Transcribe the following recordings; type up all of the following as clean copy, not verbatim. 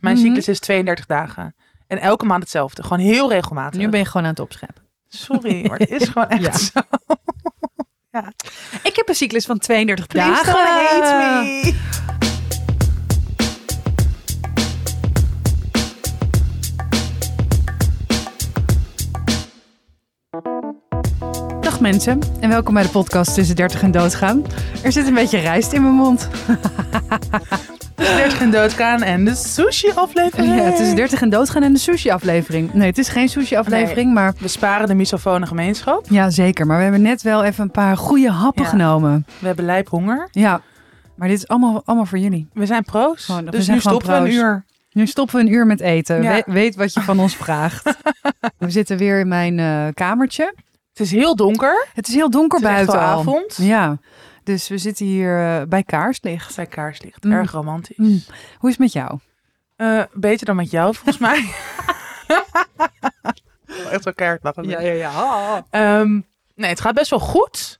Mijn cyclus is 32 dagen. En elke maand hetzelfde. Gewoon heel regelmatig. Nu ben je gewoon aan het opscheppen. Sorry, maar het is gewoon echt zo. Ja. Ik heb een cyclus van 32 Please dagen. don't hate me. Dag mensen en welkom bij de podcast Tussen 30 en Doodgaan. Er zit een beetje rijst in mijn mond. Tussen 30 en Doodgaan en de sushi-aflevering. Ja, Tussen 30 en Doodgaan en de sushi-aflevering. Nee, het is geen sushi-aflevering, maar... We sparen de misofone gemeenschap. Ja, zeker. Maar we hebben net wel even een paar goede happen genomen. We hebben lijphonger. Ja, maar dit is allemaal voor jullie. We zijn pro's. Gewoon, dus nu stoppen we een uur. Nu stoppen we een uur met eten. Ja. Weet wat je van ons vraagt. We zitten weer in mijn kamertje. Het is heel donker. Het is heel donker Het is buiten echt wel al. avond. Ja, dus we zitten hier bij kaarslicht. Bij kaarslicht. Mm. Erg romantisch. Hoe is het met jou? Beter dan met jou, volgens mij. Echt wel keihard lachen. Ja. Nee, het gaat best wel goed.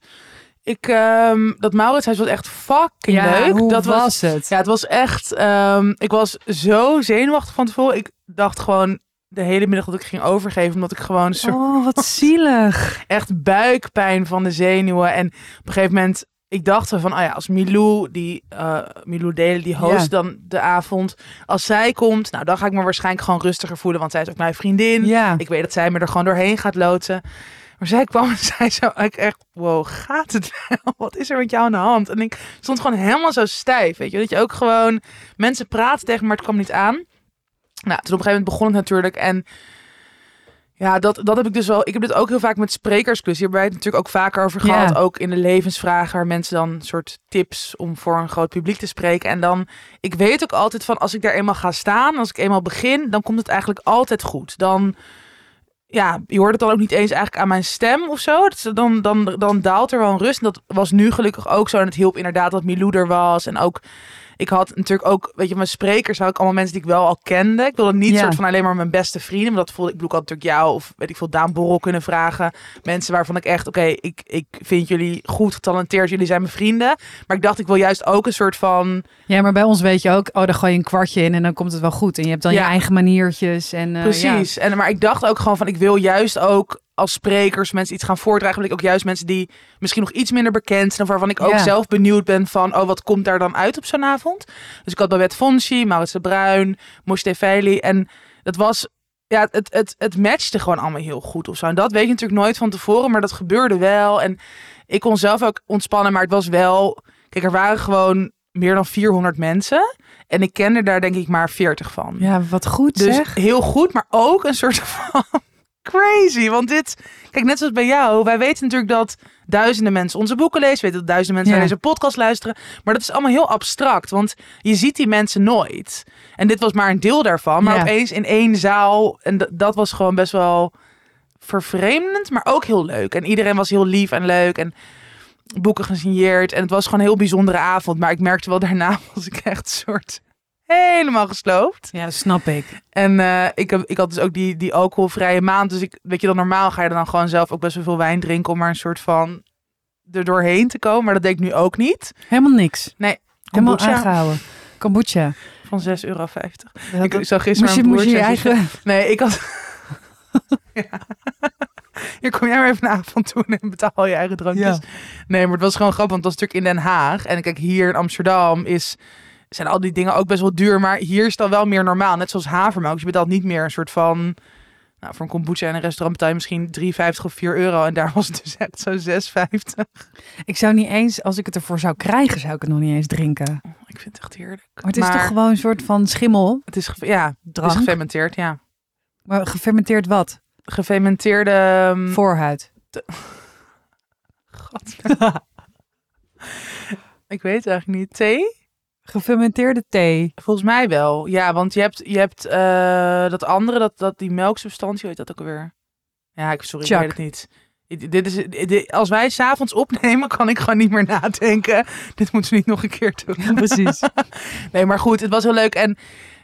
Dat Mauritshuis was echt fucking leuk. Hoe dat was het? Ja, het was echt... ik was zo zenuwachtig van tevoren. Ik dacht gewoon de hele middag dat ik ging overgeven. Omdat ik gewoon een soort Oh, wat zielig. echt buikpijn van de zenuwen. En op een gegeven moment... Ik dacht zo van, als Milou Delen, die host dan de avond. Als zij komt, nou dan ga ik me waarschijnlijk gewoon rustiger voelen. Want zij is ook mijn vriendin. Ja. Ik weet dat zij me er gewoon doorheen gaat loodsen. Maar zij kwam en zei zo, ik echt, wow, gaat het wel? Wat is er met jou aan de hand? En ik stond gewoon helemaal zo stijf, weet je. Dat je ook gewoon, mensen praten tegen me, maar het kwam niet aan. Nou, toen op een gegeven moment begon het natuurlijk. En ja, dat heb ik dus wel. Ik heb dit ook heel vaak met sprekersklus. Hier hebben wij het natuurlijk ook vaker over gehad. Ja. Ook in de levensvragen, waar mensen dan soort tips om voor een groot publiek te spreken. En dan, ik weet ook altijd van, als ik daar eenmaal ga staan, als ik eenmaal begin, dan komt het eigenlijk altijd goed. Dan, ja, je hoort het dan ook niet eens eigenlijk aan mijn stem of zo. Dan daalt er wel een rust. En dat was nu gelukkig ook zo. En het hielp inderdaad dat Milou er was. En ook, ik had natuurlijk ook, weet je, mijn sprekers had ik allemaal mensen die ik wel al kende. Ik wilde niet soort van alleen maar mijn beste vrienden. Maar dat voelde ik, had natuurlijk jou of weet ik veel, Daan Borrel kunnen vragen. Mensen waarvan ik echt, ik vind jullie goed getalenteerd. Jullie zijn mijn vrienden. Maar ik dacht, ik wil juist ook een soort van... Ja, maar bij ons weet je ook, dan gooi je een kwartje in en dan komt het wel goed. En je hebt dan je eigen maniertjes. En, precies. Ja. Maar ik dacht ook gewoon van, ik wil juist ook als sprekers mensen iets gaan voordragen. Wil ik ook juist mensen die misschien nog iets minder bekend zijn. Of waarvan ik ook zelf benieuwd ben van, wat komt daar dan uit op zo'n avond? Dus ik had Babette Fonsi, Maurits de Bruin, Moshe Feili. En dat was, ja, het matchte gewoon allemaal heel goed of zo. En dat weet je natuurlijk nooit van tevoren, maar dat gebeurde wel. En ik kon zelf ook ontspannen, maar het was wel... Kijk, er waren gewoon meer dan 400 mensen. En ik kende daar denk ik maar 40 van. Ja, wat goed dus zeg. Heel goed, maar ook een soort van... Crazy, want kijk, net zoals bij jou, wij weten natuurlijk dat duizenden mensen onze boeken lezen, weten dat duizenden mensen naar deze podcast luisteren, maar dat is allemaal heel abstract, want je ziet die mensen nooit. En dit was maar een deel daarvan, maar opeens in één zaal, en dat was gewoon best wel vervreemdend, maar ook heel leuk. En iedereen was heel lief en leuk en boeken gesigneerd en het was gewoon een heel bijzondere avond, maar ik merkte wel daarna was ik echt een soort... helemaal gesloopt. Ja, dat snap ik. En ik had dus ook die alcoholvrije maand. Dus weet je dan, normaal ga je dan gewoon zelf ook best wel veel wijn drinken om maar een soort van er doorheen te komen. Maar dat deed ik nu ook niet. Helemaal niks. Nee. Helemaal aangehouden. Kombucha. Van €6,50. Ja, ik zag gisteren moest je eigen... Nee, ik had... ja. Hier kom jij maar even een avond toe en betaal je eigen drankjes. Ja. Nee, maar het was gewoon grappig, want het was natuurlijk in Den Haag. En kijk, hier in Amsterdam zijn al die dingen ook best wel duur, maar hier is het dan wel meer normaal. Net zoals havermelk. Je betaalt niet meer een soort van... Nou, voor een kombucha in een restaurant betaal je misschien €3,50 of €4. En daar was het dus echt zo €6,50. Ik zou niet eens, als ik het ervoor zou krijgen, zou ik het nog niet eens drinken. Oh, ik vind het echt heerlijk. Maar het is toch gewoon een soort van schimmel? Het is, het is gefermenteerd, ja. Maar gefermenteerd wat? Gefermenteerde... Voorhuid. God. Ik weet het eigenlijk niet. Thee? Gefermenteerde thee. Volgens mij wel. Ja, want je hebt dat andere, dat die melksubstantie, hoe heet dat ook alweer? Ja, ik weet het niet. Als wij 's avonds opnemen, kan ik gewoon niet meer nadenken. Dit moeten we niet nog een keer doen. Precies. Nee, maar goed, het was heel leuk. En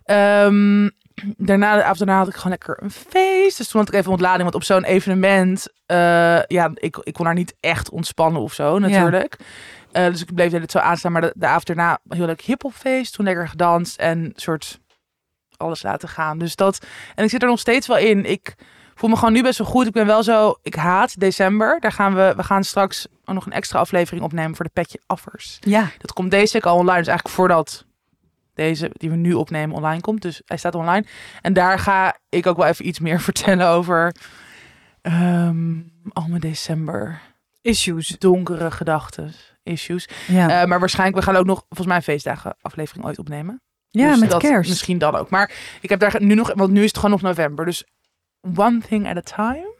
de avond daarna had ik gewoon lekker een feest. Dus toen had ik even ontlading. Want op zo'n evenement, ik kon daar niet echt ontspannen of zo natuurlijk. Ja. Dus ik bleef het zo aanstaan. Maar de avond daarna heel leuk hiphopfeest. Toen lekker gedanst en soort alles laten gaan. Dus dat, en ik zit er nog steeds wel in. Ik voel me gewoon nu best wel goed. Ik ben wel zo, ik haat december. We gaan straks ook nog een extra aflevering opnemen voor de Petje Affers. Ja. Dat komt deze week al online. Dus eigenlijk voordat deze die we nu opnemen online komt. Dus hij staat online. En daar ga ik ook wel even iets meer vertellen over al mijn december Issues. donkere gedachten. Issues. Ja, Maar waarschijnlijk, we gaan ook nog volgens mij een feestdagen aflevering ooit opnemen. ja Dus met dat, kerst. Misschien dan ook. Maar ik heb daar nu nog, want nu is het gewoon nog november. Dus one thing at a time.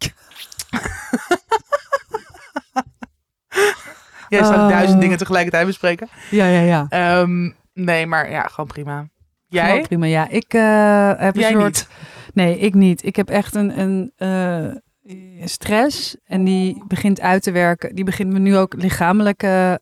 Jij staat 1000 dingen tegelijkertijd bespreken. Ja. Nee, maar ja, gewoon prima. Jij? Gewoon prima, ja. Ik heb een Jij soort... niet? Nee, ik niet. Ik heb echt een stress en die begint uit te werken. Die begint me nu ook lichamelijk...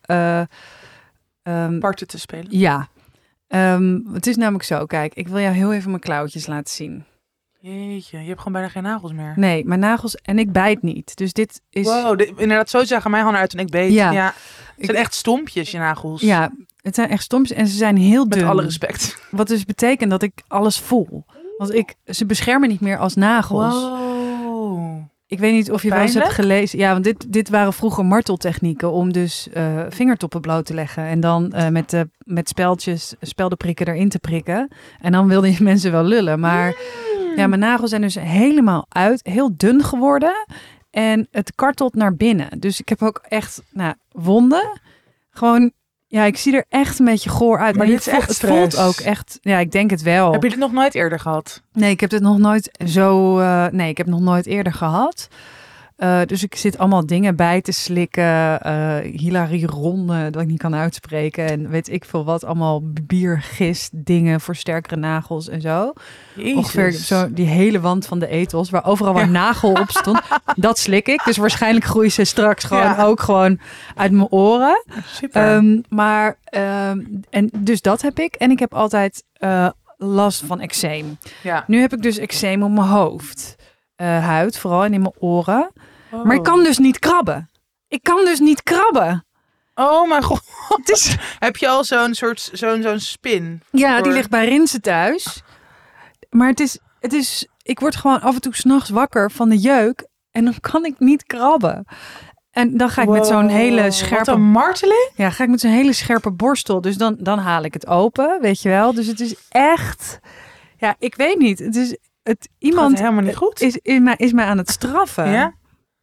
Parten te spelen. ja. Het is namelijk zo, kijk, ik wil jou heel even mijn klauwtjes laten zien. Jeetje, je hebt gewoon bijna geen nagels meer. Nee, mijn nagels en ik bijt niet. Dus dit is... Wow, inderdaad, zo zagen mijn handen uit toen ik beet. Ja. Ja. Het zijn echt stompjes, je nagels. Ja, het zijn echt stompjes en ze zijn heel dun. Met alle respect. Wat dus betekent dat ik alles voel. Want ze beschermen niet meer als nagels. Wow. Ik weet niet of je wel eens hebt Pijnlijk? gelezen. Ja, want dit waren vroeger marteltechnieken om dus vingertoppen bloot te leggen. En dan met speldenprikken erin te prikken. En dan wilden je mensen wel lullen. Maar ja, mijn nagels zijn dus helemaal heel dun geworden. En het kartelt naar binnen. Dus ik heb ook echt wonden. Gewoon, ja, ik zie er echt een beetje goor uit. Maar je dit is echt het voelt stress. ook echt, ja, ik denk het wel. Heb je dit nog nooit eerder gehad? Nee, ik heb dit nog nooit ik heb het nog nooit eerder gehad. Dus ik zit allemaal dingen bij te slikken. Hilarion, dat ik niet kan uitspreken. En weet ik veel wat. Allemaal biergist dingen voor sterkere nagels en zo. Jezus. Ongeveer zo die hele wand van de etels. Waar overal waar nagel op stond. Dat slik ik. Dus waarschijnlijk groeien ze straks ook gewoon uit mijn oren. Super. En dus dat heb ik. En ik heb altijd last van eczeem. Ja. Nu heb ik dus eczeem op mijn hoofd. Huid, vooral en in mijn oren. Oh. Maar ik kan dus niet krabben. Ik kan dus niet krabben. Oh mijn god. Heb je al zo'n soort zo'n spin? Ja, Voor- die ligt bij Rinse thuis. Maar het is... Ik word gewoon af en toe 's nachts wakker van de jeuk. En dan kan ik niet krabben. En dan ga ik met zo'n hele Wat scherpe... een marteling? Ja, ga ik met zo'n hele scherpe borstel. Dus dan haal ik het open, weet je wel. Dus het is echt... Ja, ik weet niet. Het is... Iemand helemaal niet goed. is mij aan het straffen. Ja?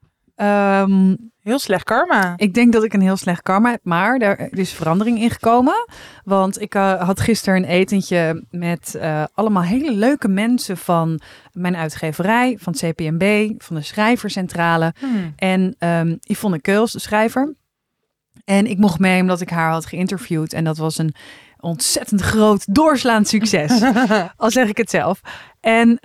Heel slecht karma. Ik denk dat ik een heel slecht karma heb, maar er is verandering in gekomen. Want ik had gisteren een etentje met allemaal hele leuke mensen van mijn uitgeverij, van het CPMB, van de schrijvercentrale. En Yvonne Keuls, de schrijver. En ik mocht mee omdat ik haar had geïnterviewd. En dat was een ontzettend groot doorslaand succes. Al zeg ik het zelf. En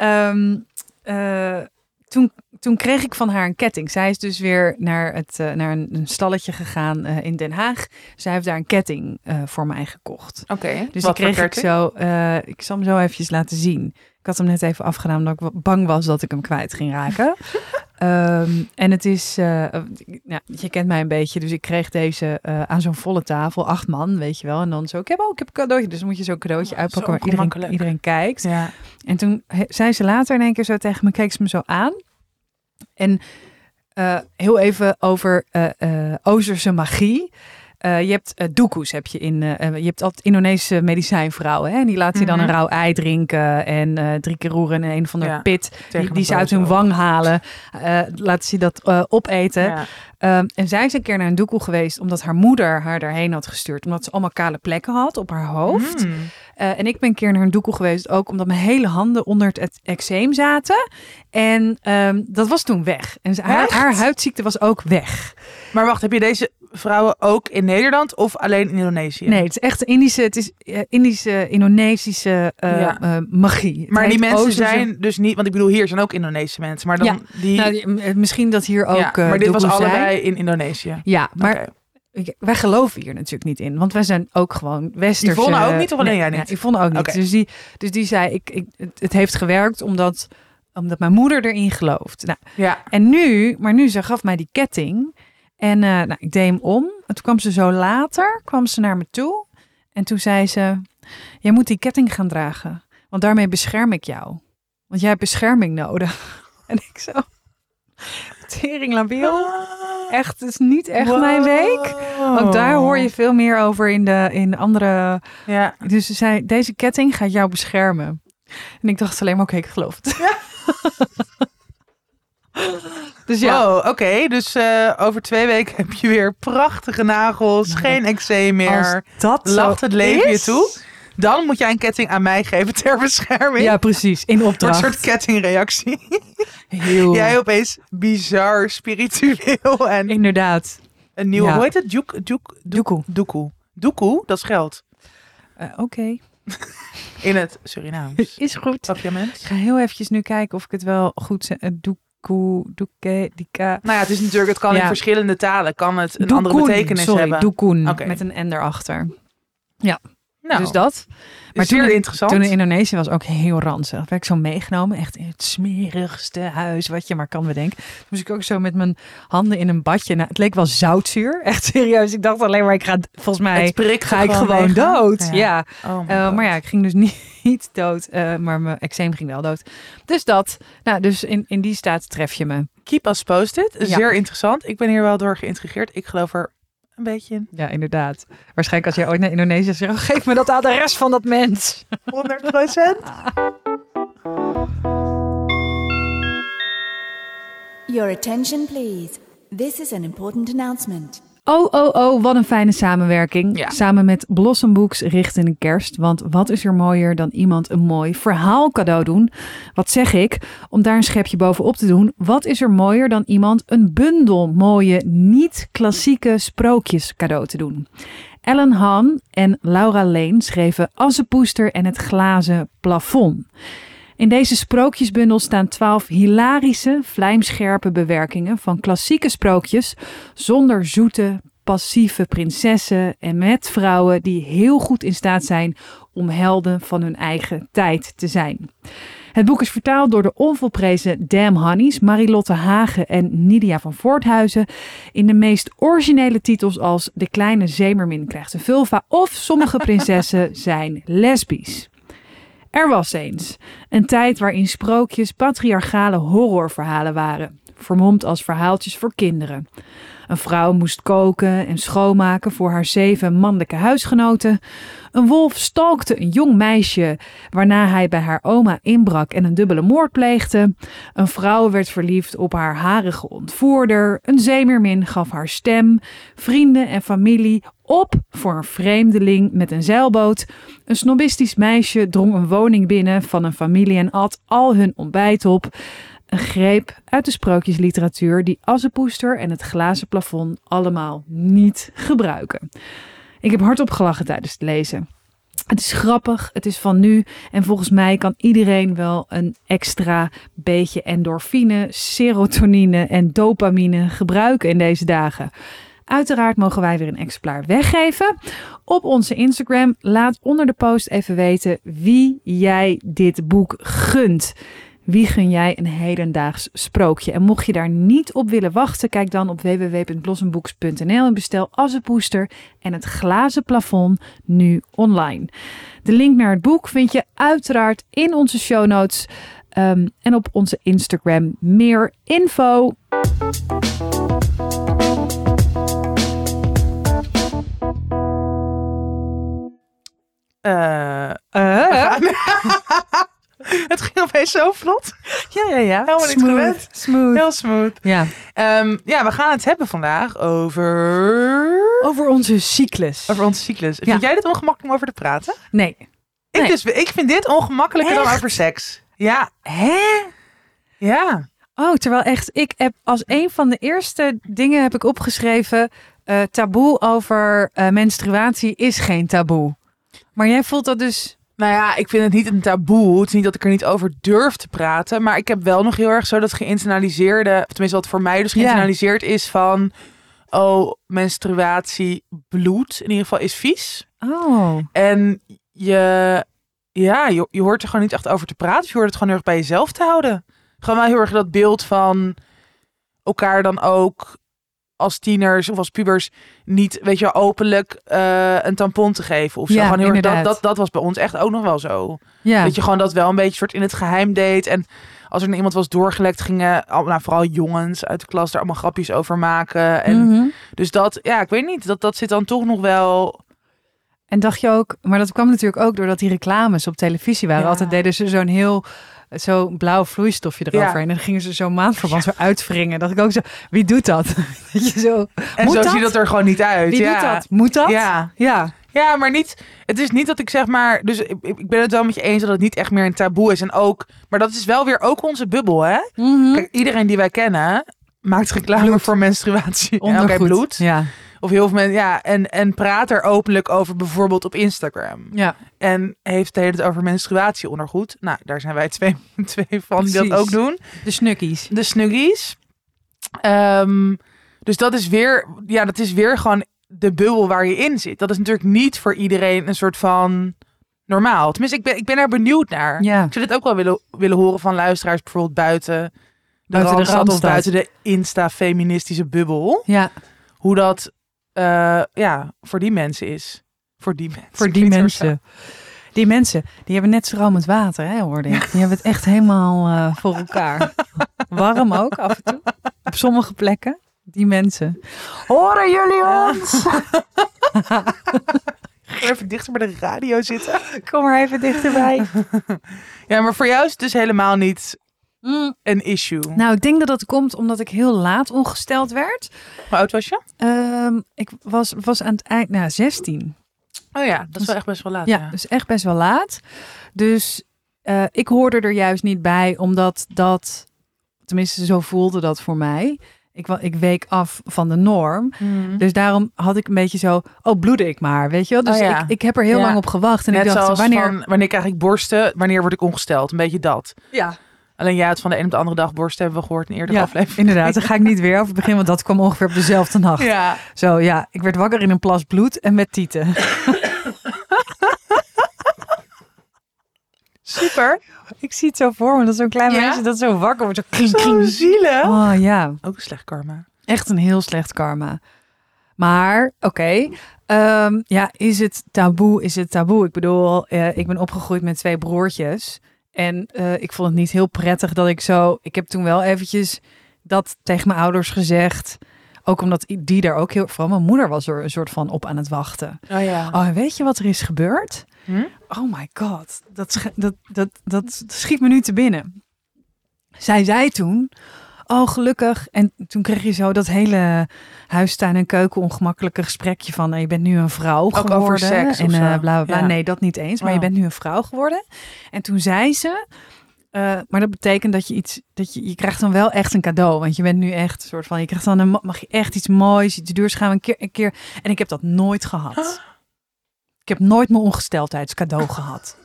toen kreeg ik van haar een ketting. Zij is dus weer naar een stalletje gegaan in Den Haag. Zij heeft daar een ketting voor mij gekocht. Oké. Dus die kreeg ik zo. Ik zal hem zo eventjes laten zien. Ik had hem net even afgedaan omdat ik bang was dat ik hem kwijt ging raken. En het is, je kent mij een beetje, dus ik kreeg deze aan zo'n volle tafel, 8 man, weet je wel. En dan zo, ik heb een cadeautje. Dus dan moet je zo'n cadeautje uitpakken waar iedereen kijkt. Ja. En toen zei ze later in één keer zo tegen me, keek ze me zo aan. En heel even over Oosterse magie. Je hebt doekoes, je hebt altijd Indonesische medicijnvrouwen. Hè? En die laten je dan een rauw ei drinken en 3 keer roeren in een van de pit. Die ze uit hun wang halen. Laten ze dat opeten. Ja. En zij is een keer naar een doekoe geweest omdat haar moeder haar daarheen had gestuurd. Omdat ze allemaal kale plekken had op haar hoofd. En ik ben een keer naar een doekoe geweest ook omdat mijn hele handen onder het eczeem zaten. En dat was toen weg. En haar huidziekte was ook weg. Maar wacht, heb je deze vrouwen ook in Nederland of alleen in Indonesië? Nee, het is echt Indische, Indonesische magie. Maar die mensen zijn dus niet, want ik bedoel, hier zijn ook Indonesische mensen. Maar dan misschien dat hier ook. maar dit was allebei zijn. in Indonesië. Ja, maar wij geloven hier natuurlijk niet in, want wij zijn ook gewoon westerse. Yvonne ook niet of alleen jij niet? Ja, Yvonne ook niet. Okay. Dus die zei, het heeft gewerkt omdat mijn moeder erin gelooft. Nou, ja. En nu, ze gaf mij die ketting. En ik deed hem om. En toen kwam ze zo later, kwam ze naar me toe. En toen zei ze, jij moet die ketting gaan dragen. Want daarmee bescherm ik jou. Want jij hebt bescherming nodig. En ik zo... Tering labiel. Echt, het is niet echt mijn week. Ook daar hoor je veel meer over in andere... Ja. Dus ze zei, deze ketting gaat jou beschermen. En ik dacht alleen maar, oké, ik geloof het. Ja. Dus ja. Wow, oké. Dus over 2 weken heb je weer prachtige nagels. Geen eczeem meer. Als dat Lacht zo het leven is, je toe. Dan moet jij een ketting aan mij geven ter bescherming. Ja, precies. In opdracht. Een soort kettingreactie. Heel. Jij opeens bizar spiritueel en Inderdaad. een nieuwe, Ja. hoe heet het? Doekoe. Doekoe, dat is geld. Oké. In het Surinaams. Is goed. Papiament. Ik ga heel eventjes nu kijken of ik het wel goed zeg. Doeke, dika. Nou ja, het is natuurlijk, het kan Ja. in verschillende talen. Kan het een Doekoen, andere betekenis sorry, hebben. doekoen. Oké. Met een N erachter. Nou, Dus dat. maar zeer interessant. Toen in Indonesië was ook heel ranzig. Werd ik zo meegenomen. Echt in het smerigste huis wat je maar kan bedenken. Toen moest ik ook zo met mijn handen in een badje. Nou, het leek wel zoutzuur. Echt serieus. Ik dacht alleen maar, volgens mij Het prikt ga ik gewoon gewoon meegaan. dood. Ja. Ja. Oh my God. Maar ja, ik ging dus niet dood. Maar mijn eczeem ging wel dood. Dus dat. Nou, dus in die staat tref je me. Keep us posted. Ja. Zeer interessant. Ik ben hier wel door geïntrigeerd. Ik geloof er een beetje in. Ja, inderdaad. Waarschijnlijk als jij ooit naar Indonesië zegt, geef me dat adres van dat mens. 100%. Your attention, please. This is an important announcement. Oh, wat een fijne samenwerking. Ja. Samen met Blossom Books richting de kerst. Want wat is er mooier dan iemand een mooi verhaal cadeau doen? Wat zeg ik? Om daar een schepje bovenop te doen. Wat is er mooier dan iemand een bundel mooie, niet-klassieke sprookjes cadeau te doen? Ellen Hahn en Laura Leen schreven Assepoester en het glazen plafond. In deze sprookjesbundel staan 12 hilarische, vlijmscherpe bewerkingen van klassieke sprookjes zonder zoete, passieve prinsessen en met vrouwen die heel goed in staat zijn om helden van hun eigen tijd te zijn. Het boek is vertaald door de onvolprezen Dam Honeys, Marilotte Hagen en Nidia van Voorthuizen in de meest originele titels als De kleine zeemermin krijgt een vulva of Sommige prinsessen zijn lesbisch. Er was eens een tijd waarin sprookjes patriarchale horrorverhalen waren, vermomd als verhaaltjes voor kinderen. Een vrouw moest koken en schoonmaken voor haar 7 mannelijke huisgenoten. Een wolf stalkte een jong meisje, waarna hij bij haar oma inbrak en een dubbele moord pleegde. Een vrouw werd verliefd op haar harige ontvoerder. Een zeemeermin gaf haar stem. Vrienden en familie op voor een vreemdeling met een zeilboot. Een snobistisch meisje drong een woning binnen van een familie en at al hun ontbijt op. Een greep uit de sprookjesliteratuur die Assepoester en het glazen plafond allemaal niet gebruiken. Ik heb hardop gelachen tijdens het lezen. Het is grappig, het is van nu en volgens mij kan iedereen wel een extra beetje endorfine, serotonine en dopamine gebruiken in deze dagen. Uiteraard mogen wij weer een exemplaar weggeven. Op onze Instagram laat onder de post even weten wie jij dit boek gunt. Wie gun jij een hedendaags sprookje? En mocht je daar niet op willen wachten, kijk dan op www.blossombooks.nl en bestel Assepoester en het glazen plafond nu online. De link naar het boek vind je uiteraard in onze show notes en op onze Instagram. Meer info. Het ging opeens zo vlot. Ja. Helemaal niet gewend. Smooth. Heel smooth. Ja. Ja, we gaan het hebben vandaag over Over onze cyclus. onze cyclus. Ja. Vind jij dit ongemakkelijk om over te praten? Nee. Nee. Ik vind dit ongemakkelijker dan Echt? over seks. Ja. Hè? Ja. Oh, terwijl echt, ik heb als een van de eerste dingen heb ik opgeschreven, taboe over menstruatie is geen taboe. Maar jij voelt dat dus... Nou ja, ik vind het niet een taboe. Het is niet dat ik er niet over durf te praten. Maar ik heb wel nog heel erg zo dat geïnternaliseerde... Of tenminste wat voor mij dus geïnternaliseerd is van... Oh, menstruatie, bloed in ieder geval is vies. Oh. En je hoort er gewoon niet echt over te praten. Of je hoort het gewoon heel erg bij jezelf te houden. Gewoon wel heel erg dat beeld van elkaar dan ook als tieners of als pubers niet, weet je, openlijk een tampon te geven of zo. Ja, Gewoon heel erg, inderdaad. dat was bij ons echt ook nog wel zo. Ja. Dat je gewoon dat wel een beetje soort in het geheim deed. En als er naar iemand was doorgelekt, gingen vooral jongens uit de klas er allemaal grapjes over maken. En Mhm. dus dat, ja, ik weet niet, dat zit dan toch nog wel. En dacht je ook, maar dat kwam natuurlijk ook doordat die reclames op televisie waren. Ja. Altijd deden ze zo'n heel zo blauw vloeistofje erover. Ja. En dan gingen ze zo maandverband zo uitwringen. Dat ik ook zo, wie doet dat? Dat je zo, En moet zo dat? ziet dat er gewoon niet uit. Wie doet dat? Moet dat? Ja. Ja. Ja, maar niet. Het is niet dat ik zeg maar. Dus ik ben het wel met je eens dat het niet echt meer een taboe is. En ook. Maar dat is wel weer ook onze bubbel, hè? Mhm. Kijk, iedereen die wij kennen maakt reclame Bloed. voor menstruatie. Ondergoed. Oké, bloed. Ja. Of heel veel mensen. Ja, en praat er openlijk over, bijvoorbeeld op Instagram. Ja. En heeft het over menstruatieondergoed. Nou, daar zijn wij twee van die dat Precies. ook doen. De snuggies. De snuggies. Dus dat is weer. Ja, dat is weer gewoon de bubbel waar je in zit. Dat is natuurlijk niet voor iedereen een soort van normaal. Tenminste, ik ben er benieuwd naar. Ja. Ik zou dit ook wel willen horen van luisteraars, bijvoorbeeld buiten de Buiten de Randstad of Randstad. buiten de Insta-feministische bubbel. Ja. Hoe dat voor die mensen is. Voor die mensen. Voor die mensen. Die mensen, die hebben net zo romend water, hè, hoorde ik. Die hebben het echt helemaal voor elkaar. Warm ook, af en toe. Op sommige plekken. Die mensen. Horen jullie ons? Even dichter bij de radio zitten. Kom maar even dichterbij. Ja, maar voor jou is het dus helemaal niet een issue. Nou, ik denk dat dat komt omdat ik heel laat ongesteld werd. Hoe oud was je? Ik was aan het eind, 16. Oh ja, dat is wel echt best wel laat. Ja, dus echt best wel laat. Dus ik hoorde er juist niet bij, omdat dat, tenminste zo voelde dat voor mij. Ik week af van de norm. Dus daarom had ik een beetje zo, bloedde ik maar, weet je wel. Dus ik heb er heel lang op gewacht. En net ik dacht, zoals wanneer krijg ik borsten, wanneer word ik ongesteld? Een beetje dat. Ja. Alleen jij had van de een op de andere dag borsten, hebben we gehoord in een eerdere aflevering. Inderdaad, daar ga ik niet weer over beginnen, want dat kwam ongeveer op dezelfde nacht. Ja. Zo, ja, ik werd wakker in een plas bloed en met tieten. Super. Ik zie het zo voor me, dat zo'n klein meisje dat zo wakker wordt. Zo zielig. Oh ja. Ook een slecht karma. Echt een heel slecht karma. Maar, oké. Is het taboe? Is het taboe? Ik bedoel, ik ben opgegroeid met 2 broertjes. En ik vond het niet heel prettig dat ik heb toen wel eventjes dat tegen mijn ouders gezegd. Ook omdat die daar ook vooral mijn moeder was er een soort van op aan het wachten. Oh ja. Oh, en weet je wat er is gebeurd? Oh my god, dat schiet me nu te binnen. Zij zei toen, oh gelukkig. En toen kreeg je zo dat hele huistuin- en keuken ongemakkelijke gesprekje van, je bent nu een vrouw geworden. Over seks en of zo. bla bla bla. Ja. Nee, dat niet eens. Maar je bent nu een vrouw geworden. En toen zei ze, maar dat betekent dat je krijgt dan wel echt een cadeau. Want je bent nu echt een soort van, je krijgt dan mag je echt iets moois, iets duurs gaan een keer. En ik heb dat nooit gehad. Ik heb nooit mijn ongesteldheidscadeau gehad.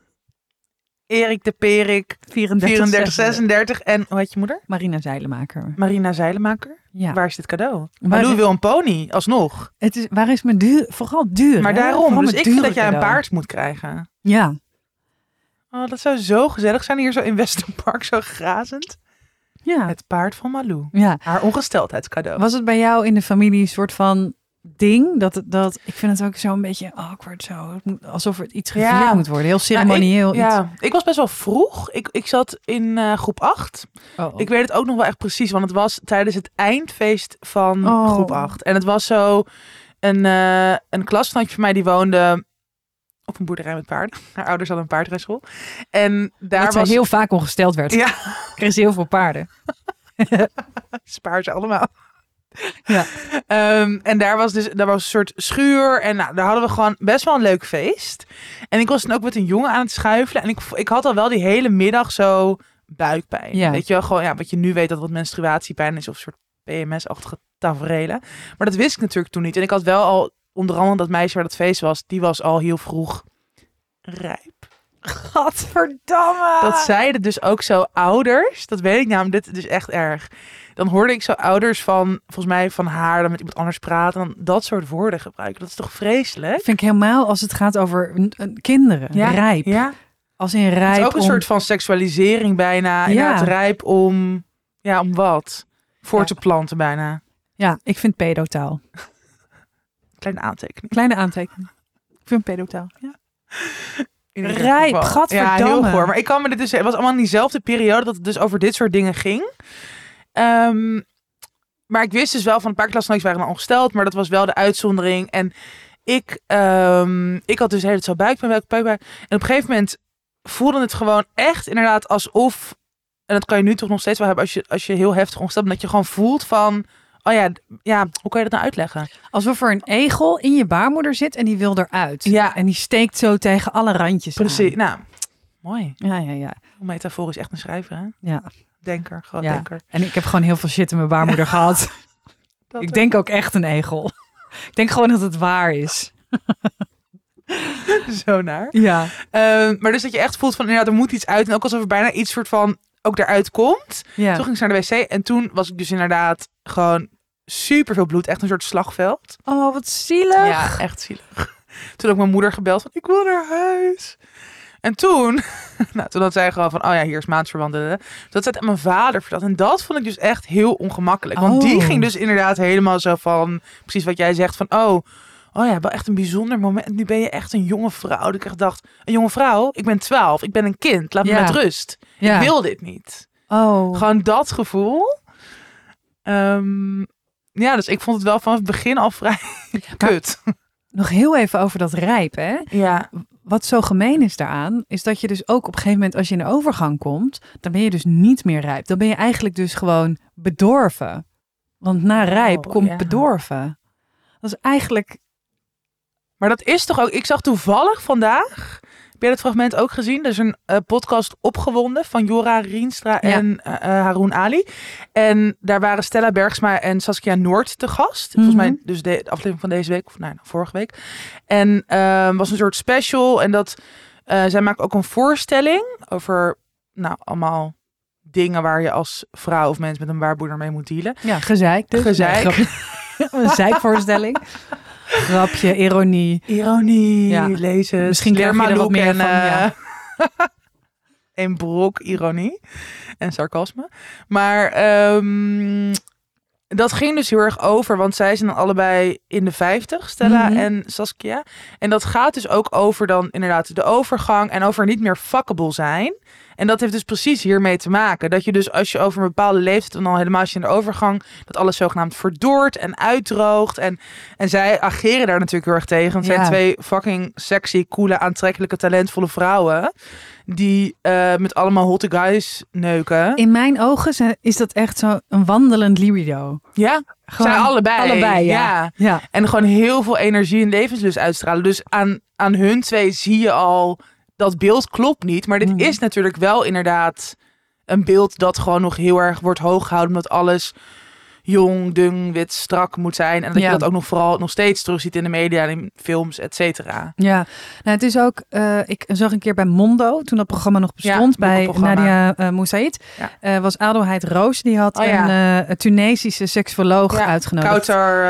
Erik de Perik, 34, 36 en hoe heet je moeder? Marina Zeilenmaker. Marina Zeilenmaker. Ja. Waar is dit cadeau? Waar- Malou wil een pony, alsnog. Waar is mijn duur? Vooral duur. Maar hè? daarom, Vooral dus mijn ik vind dat dure jij een cadeau. paard moet krijgen. Ja. Oh, dat zou zo gezellig zijn hier zo in Westerpark, zo grazend. Ja. Het paard van Malou. Ja. Haar ongesteldheidscadeau. Was het bij jou in de familie een soort van ding? Dat ik vind het ook zo een beetje awkward zo. Het moet, alsof het iets gevierd Ja. moet worden. Heel ceremonieel. Ik was best wel vroeg. Ik zat in groep 8. Oh. Ik weet het ook nog wel echt precies, want het was tijdens het eindfeest van Oh. groep 8. En het was zo een klasgenootje van mij die woonde op een boerderij met paarden. Haar ouders hadden een paardrijschool. En daar dat zij was heel vaak ongesteld werd. Ja, Kreeg ze heel veel paarden. spaar ze allemaal. Ja. En daar was een soort schuur. En nou, daar hadden we gewoon best wel een leuk feest. En ik was dan ook met een jongen aan het schuifelen. En ik had al wel die hele middag zo buikpijn. Ja. Weet je wel, gewoon wat je nu weet dat wat menstruatiepijn is. Of een soort PMS-achtige taferelen. Maar dat wist ik natuurlijk toen niet. En ik had wel al, onder andere dat meisje waar dat feest was, die was al heel vroeg rijp. Gadverdamme. Dat zeiden dus ook zo ouders. Dat weet ik namelijk, dit is echt erg. Dan hoorde ik zo ouders van, volgens mij van haar, dan met iemand anders praten. Dan dat soort woorden gebruiken. Dat is toch vreselijk? Vind ik helemaal als het gaat over kinderen. Rijp. Ja. Als in rijp. Het is ook een soort van seksualisering bijna. Ja. Inderdaad, rijp om wat? Voor Ja. te planten bijna. Ja, ik vind pedotaal. Kleine aantekening. Kleine aantekening. Ik vind pedotaal. Ja. In ieder Rijp, geval. gadverdamme. Ja, heel goor. Maar ik kan me dit dus... Het was allemaal in diezelfde periode dat het dus over dit soort dingen ging. Maar ik wist dus wel van een paar klasgenootjes waren dan ongesteld. Maar dat was wel de uitzondering. En ik had dus de hele tijd zo buikpijn. En op een gegeven moment voelde het gewoon echt inderdaad alsof... En dat kan je nu toch nog steeds wel hebben als je heel heftig ongesteld bent. Dat je gewoon voelt van... Oh ja, hoe kan je dat nou uitleggen? Alsof er een egel in je baarmoeder zit en die wil eruit. Ja. En die steekt zo tegen alle randjes Precies. aan. Nou, mooi. Ja. Metaforisch echt een schrijver, hè? Ja. Denker, groot Ja. denker. En ik heb gewoon heel veel shit in mijn baarmoeder gehad. Ik denk ook echt een egel. Ik denk gewoon dat het waar is. Zo naar. Ja. Maar dus dat je echt voelt van, inderdaad, er moet iets uit. En ook alsof er bijna iets soort van ook eruit komt. Ja. Toen ging ik naar de wc en toen was ik dus inderdaad gewoon super veel bloed. Echt een soort slagveld. Oh, wat zielig. Ja, echt zielig. Toen ook mijn moeder gebeld van, ik wil naar huis. En toen, toen had zij gewoon van, oh ja, hier is maansverwant. Dat zei aan mijn vader verteld. En dat vond ik dus echt heel ongemakkelijk. Want die ging dus inderdaad helemaal zo van, precies wat jij zegt, van oh ja, wel echt een bijzonder moment. Nu ben je echt een jonge vrouw. Dat ik echt dacht, een jonge vrouw? Ik ben 12, ik ben een kind. Laat me met rust. Ja. Ik wil dit niet. Oh. Gewoon dat gevoel. Ja, dus ik vond het wel vanaf het begin al vrij kut. Nog heel even over dat rijp, hè? Ja. Wat zo gemeen is daaraan, is dat je dus ook op een gegeven moment, als je in de overgang komt, dan ben je dus niet meer rijp. Dan ben je eigenlijk dus gewoon bedorven. Want na rijp komt bedorven. Dat is eigenlijk... Maar dat is toch ook... Ik zag toevallig vandaag... Heb jij dat fragment ook gezien? Er is een podcast Opgewonden van Jora Rienstra en Haroun Ali. En daar waren Stella Bergsma en Saskia Noord te gast. Volgens mij dus de aflevering van deze week. Of vorige week. En was een soort special. En dat zij maken ook een voorstelling over allemaal dingen waar je als vrouw of mens met een baarmoeder mee moet dealen. Ja, gezeik. Dus. Gezeik. Een zeikvoorstelling. Grapje, ironie. Ironie, lezen. Misschien krijg je er wat meer van. Ja. Een brok ironie en sarcasme. Maar dat ging dus heel erg over, want zij zijn dan allebei in de 50, Stella en Saskia. En dat gaat dus ook over dan inderdaad de overgang en over niet meer fuckable zijn. En dat heeft dus precies hiermee te maken. Dat je dus als je over een bepaalde leeftijd, en al helemaal als je in de overgang, dat alles zogenaamd verdort en uitdroogt. En zij ageren daar natuurlijk heel erg tegen. Het zijn twee fucking sexy, coole, aantrekkelijke, talentvolle vrouwen. Die met allemaal hotte guys neuken. In mijn ogen is dat echt zo een wandelend libido. Ja, gewoon zijn allebei. Allebei, ja. En gewoon heel veel energie en levenslust uitstralen. Dus aan hun twee zie je al... Dat beeld klopt niet, maar dit is natuurlijk wel inderdaad een beeld dat gewoon nog heel erg wordt hooggehouden, omdat alles jong, dun, wit, strak moet zijn. En dat je dat ook nog vooral nog steeds terugziet in de media en in films, et cetera. Ja, nou het is ook, ik zag een keer bij Mondo, toen dat programma nog bestond, bij Nadia Moussaïd, was Adelheid Roos, die had een Tunesische seksuoloog uitgenodigd.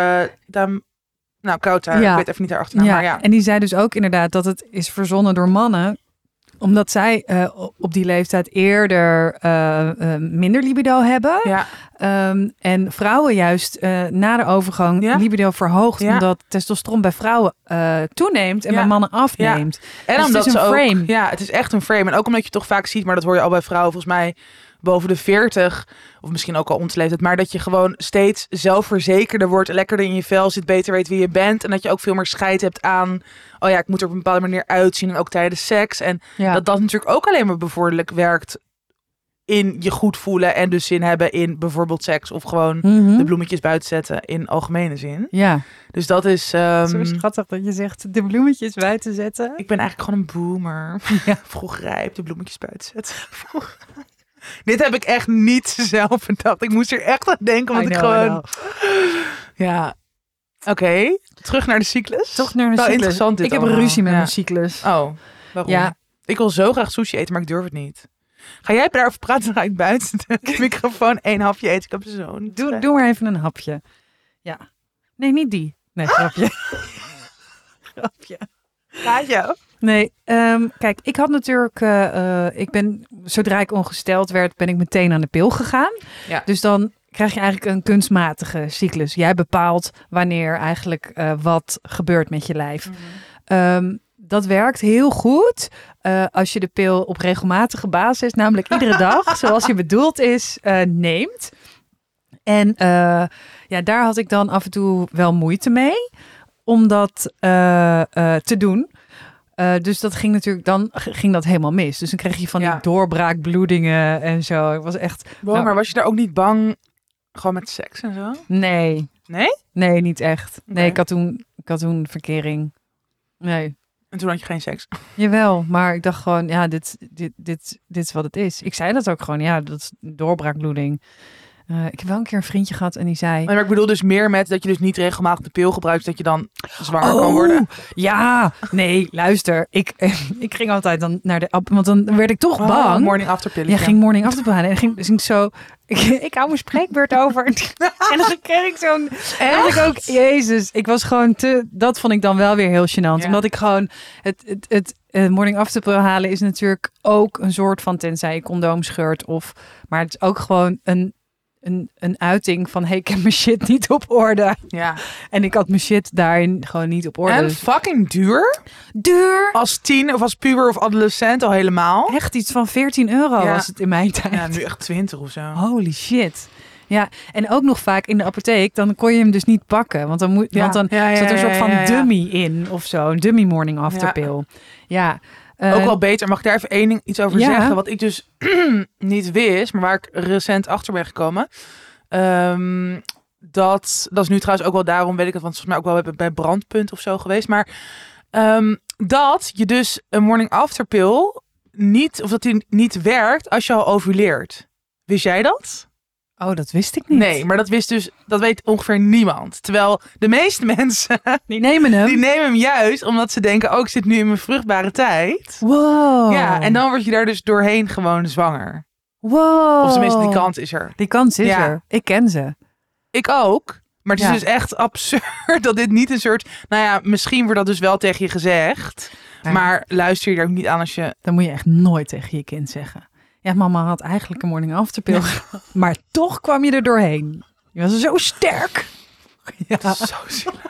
Kouter, ik weet even niet haar achternaam, maar ja. En die zei dus ook inderdaad dat het is verzonnen door mannen, omdat zij op die leeftijd eerder minder libido hebben. Ja. En vrouwen juist na de overgang libido verhoogt, omdat testosteron bij vrouwen toeneemt en bij mannen afneemt. En dus omdat het is een frame. Ja, het is echt een frame. En ook omdat je toch vaak ziet, maar dat hoor je al bij vrouwen volgens mij boven de 40, of misschien ook al onze leeftijd, maar dat je gewoon steeds zelfverzekerder wordt, lekkerder in je vel zit, beter weet wie je bent en dat je ook veel meer scheid hebt aan, oh ja, ik moet er op een bepaalde manier uitzien en ook tijdens seks. En dat natuurlijk ook alleen maar bevorderlijk werkt in je goed voelen en dus zin hebben in bijvoorbeeld seks of gewoon de bloemetjes buiten zetten in algemene zin. Ja. Dus dat is... Zo schattig dat je zegt de bloemetjes buiten zetten. Ik ben eigenlijk gewoon een boomer. Vroeg rijp, de bloemetjes buiten zetten. Dit heb ik echt niet zelf bedacht. Ik moest er echt aan denken, omdat ik gewoon... Ja. Oké, terug naar de cyclus. Toch naar de cyclus. Interessant dit ik heb ruzie met mijn cyclus. Oh, waarom? Ja. Ik wil zo graag sushi eten, maar ik durf het niet. Ga jij daarover praten, dan ga ik buiten de microfoon 1 hapje eten. Ik heb zo'n... Doe maar even een hapje. Ja. Nee, niet die. Nee, grapje. Grapje. Gaat jou? Nee, kijk, ik had natuurlijk... zodra ik ongesteld werd, ben ik meteen aan de pil gegaan. Ja. Dus dan krijg je eigenlijk een kunstmatige cyclus. Jij bepaalt wanneer eigenlijk wat gebeurt met je lijf. Dat werkt heel goed als je de pil op regelmatige basis, namelijk iedere dag, zoals je bedoeld is, neemt. En daar had ik dan af en toe wel moeite mee om dat te doen. Dus dat ging natuurlijk, dan ging dat helemaal mis. Dus dan kreeg je van die doorbraakbloedingen en zo. Ik was echt... Wow, maar was je daar ook niet bang, gewoon met seks en zo? Nee. Nee? Nee, niet echt. Nee, Nee. ik had toen verkering. Nee. En toen had je geen seks? Jawel, maar ik dacht gewoon, ja, dit is wat het is. Ik zei dat ook gewoon, ja, dat is doorbraakbloeding. Ik heb wel een keer een vriendje gehad en die zei... Maar ik bedoel dus meer met dat je dus niet regelmatig de pil gebruikt, dat je dan zwanger kan worden. Ja, nee, luister. Ik ging altijd dan naar de... Want dan werd ik toch bang. Morning after pilletje. Ja, ging morning after pillen. En ging ik zo... Ik hou mijn spreekbeurt over. En dan kreeg ik zo'n... En dan dacht ik ook, Jezus, ik was gewoon te... Dat vond ik dan wel weer heel gênant. Ja. Omdat ik gewoon... Het morning after pill halen is natuurlijk ook een soort van... Tenzij je condoom scheurt of... Maar het is ook gewoon een uiting van... Hey, ik heb mijn shit niet op orde. Ja. En ik had mijn shit daarin gewoon niet op orde. En Dus fucking duur. duur. Als tiener of als puber of adolescent al helemaal. Echt iets van €14 was het in mijn tijd. Ja, nu echt 20 of zo. Holy shit. Ja, en ook nog vaak in de apotheek, dan kon je hem dus niet pakken. Want dan, want dan zat er een soort van dummy in of zo. Een dummy morning after pill. Ja. Ook wel beter. Mag ik daar even één ding iets over zeggen? Wat ik dus niet wist, maar waar ik recent achter ben gekomen. Dat is nu trouwens ook wel daarom, weet ik het, want volgens mij ook wel bij Brandpunt of zo geweest. Maar dat je dus een morning after pill niet, of dat die niet werkt als je al ovuleert. Wist jij dat? Oh, dat wist ik niet. Nee, maar dat weet ongeveer niemand. Terwijl de meeste mensen, Die nemen hem. die nemen hem juist omdat ze denken, oh, ik zit nu in mijn vruchtbare tijd. Wow. Ja, en dan word je daar dus doorheen gewoon zwanger. Wow. Of tenminste, die kans is er. Die kans is Ja. er. Ik ken ze. Ik ook. Maar het is Ja. dus echt absurd dat dit niet een soort... Nou ja, misschien wordt dat dus wel tegen je gezegd. Ja. Maar luister je daar ook niet aan als je... Dat moet je echt nooit tegen je kind zeggen. Ja, mama had eigenlijk een morning after pill. Maar toch kwam je er doorheen. Je was zo sterk. Ja. Zo zielig.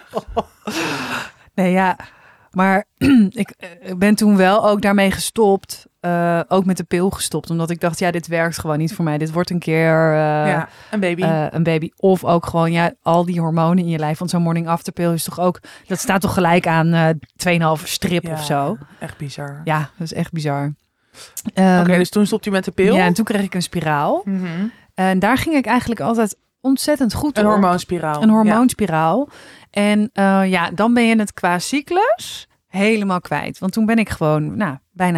Nee, ja. Maar ik ben toen wel ook daarmee gestopt. Ook met de pil gestopt. Omdat ik dacht, ja, dit werkt gewoon niet voor mij. Dit wordt een keer Ja, een baby. een baby. Of ook gewoon, ja, al die hormonen in je lijf. Want zo'n morning after pill is toch ook... Dat staat toch gelijk aan 2,5 strip Ja, of zo. echt bizar. Ja, dat is echt bizar. Oké, dus toen stopte je met de pil? Ja, en toen kreeg ik een spiraal. Mhm. En daar ging ik eigenlijk altijd ontzettend goed Een op. hormoonspiraal. Een hormoonspiraal. En dan ben je het qua cyclus helemaal kwijt. Want toen ben ik gewoon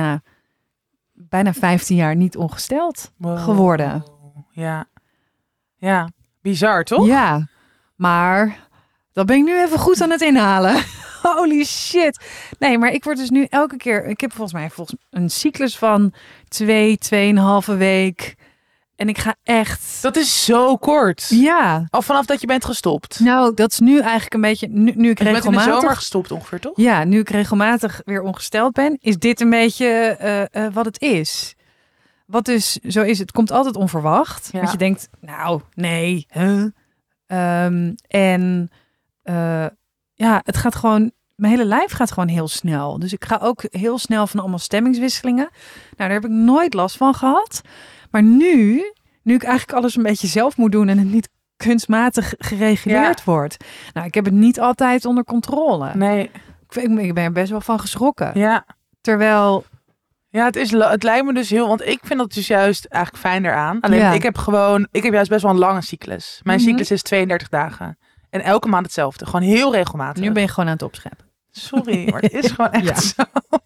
bijna 15 jaar niet ongesteld Wow. geworden. Ja. Ja, bizar toch? Ja, maar dat ben ik nu even goed aan het inhalen. Holy shit. Nee, maar ik word dus nu elke keer... Ik heb volgens mij een cyclus van 2,5 week. En ik ga echt... Dat is zo kort. Ja. Al vanaf dat je bent gestopt. Nou, dat is nu eigenlijk een beetje... Nu ik Je bent in de regelmatig... zomer gestopt ongeveer, toch? Ja, nu ik regelmatig weer ongesteld ben, is dit een beetje wat het is. Wat dus zo is, het komt altijd onverwacht. Ja. Want je denkt, nou, nee. Het gaat gewoon, mijn hele lijf gaat gewoon heel snel. Dus ik ga ook heel snel van allemaal stemmingswisselingen. Nou, daar heb ik nooit last van gehad. Maar nu ik eigenlijk alles een beetje zelf moet doen en het niet kunstmatig gereguleerd wordt. Nou, ik heb het niet altijd onder controle. Nee. Ik ben er best wel van geschrokken. Ja. Terwijl... Ja, het lijkt me dus heel... Want ik vind dat dus juist eigenlijk fijn eraan. Alleen Ja. ik heb juist best wel een lange cyclus. Mijn cyclus is 32 dagen. En elke maand hetzelfde. Gewoon heel regelmatig. Nu ben je gewoon aan het opscheppen. Sorry, maar het is gewoon echt Ja. zo.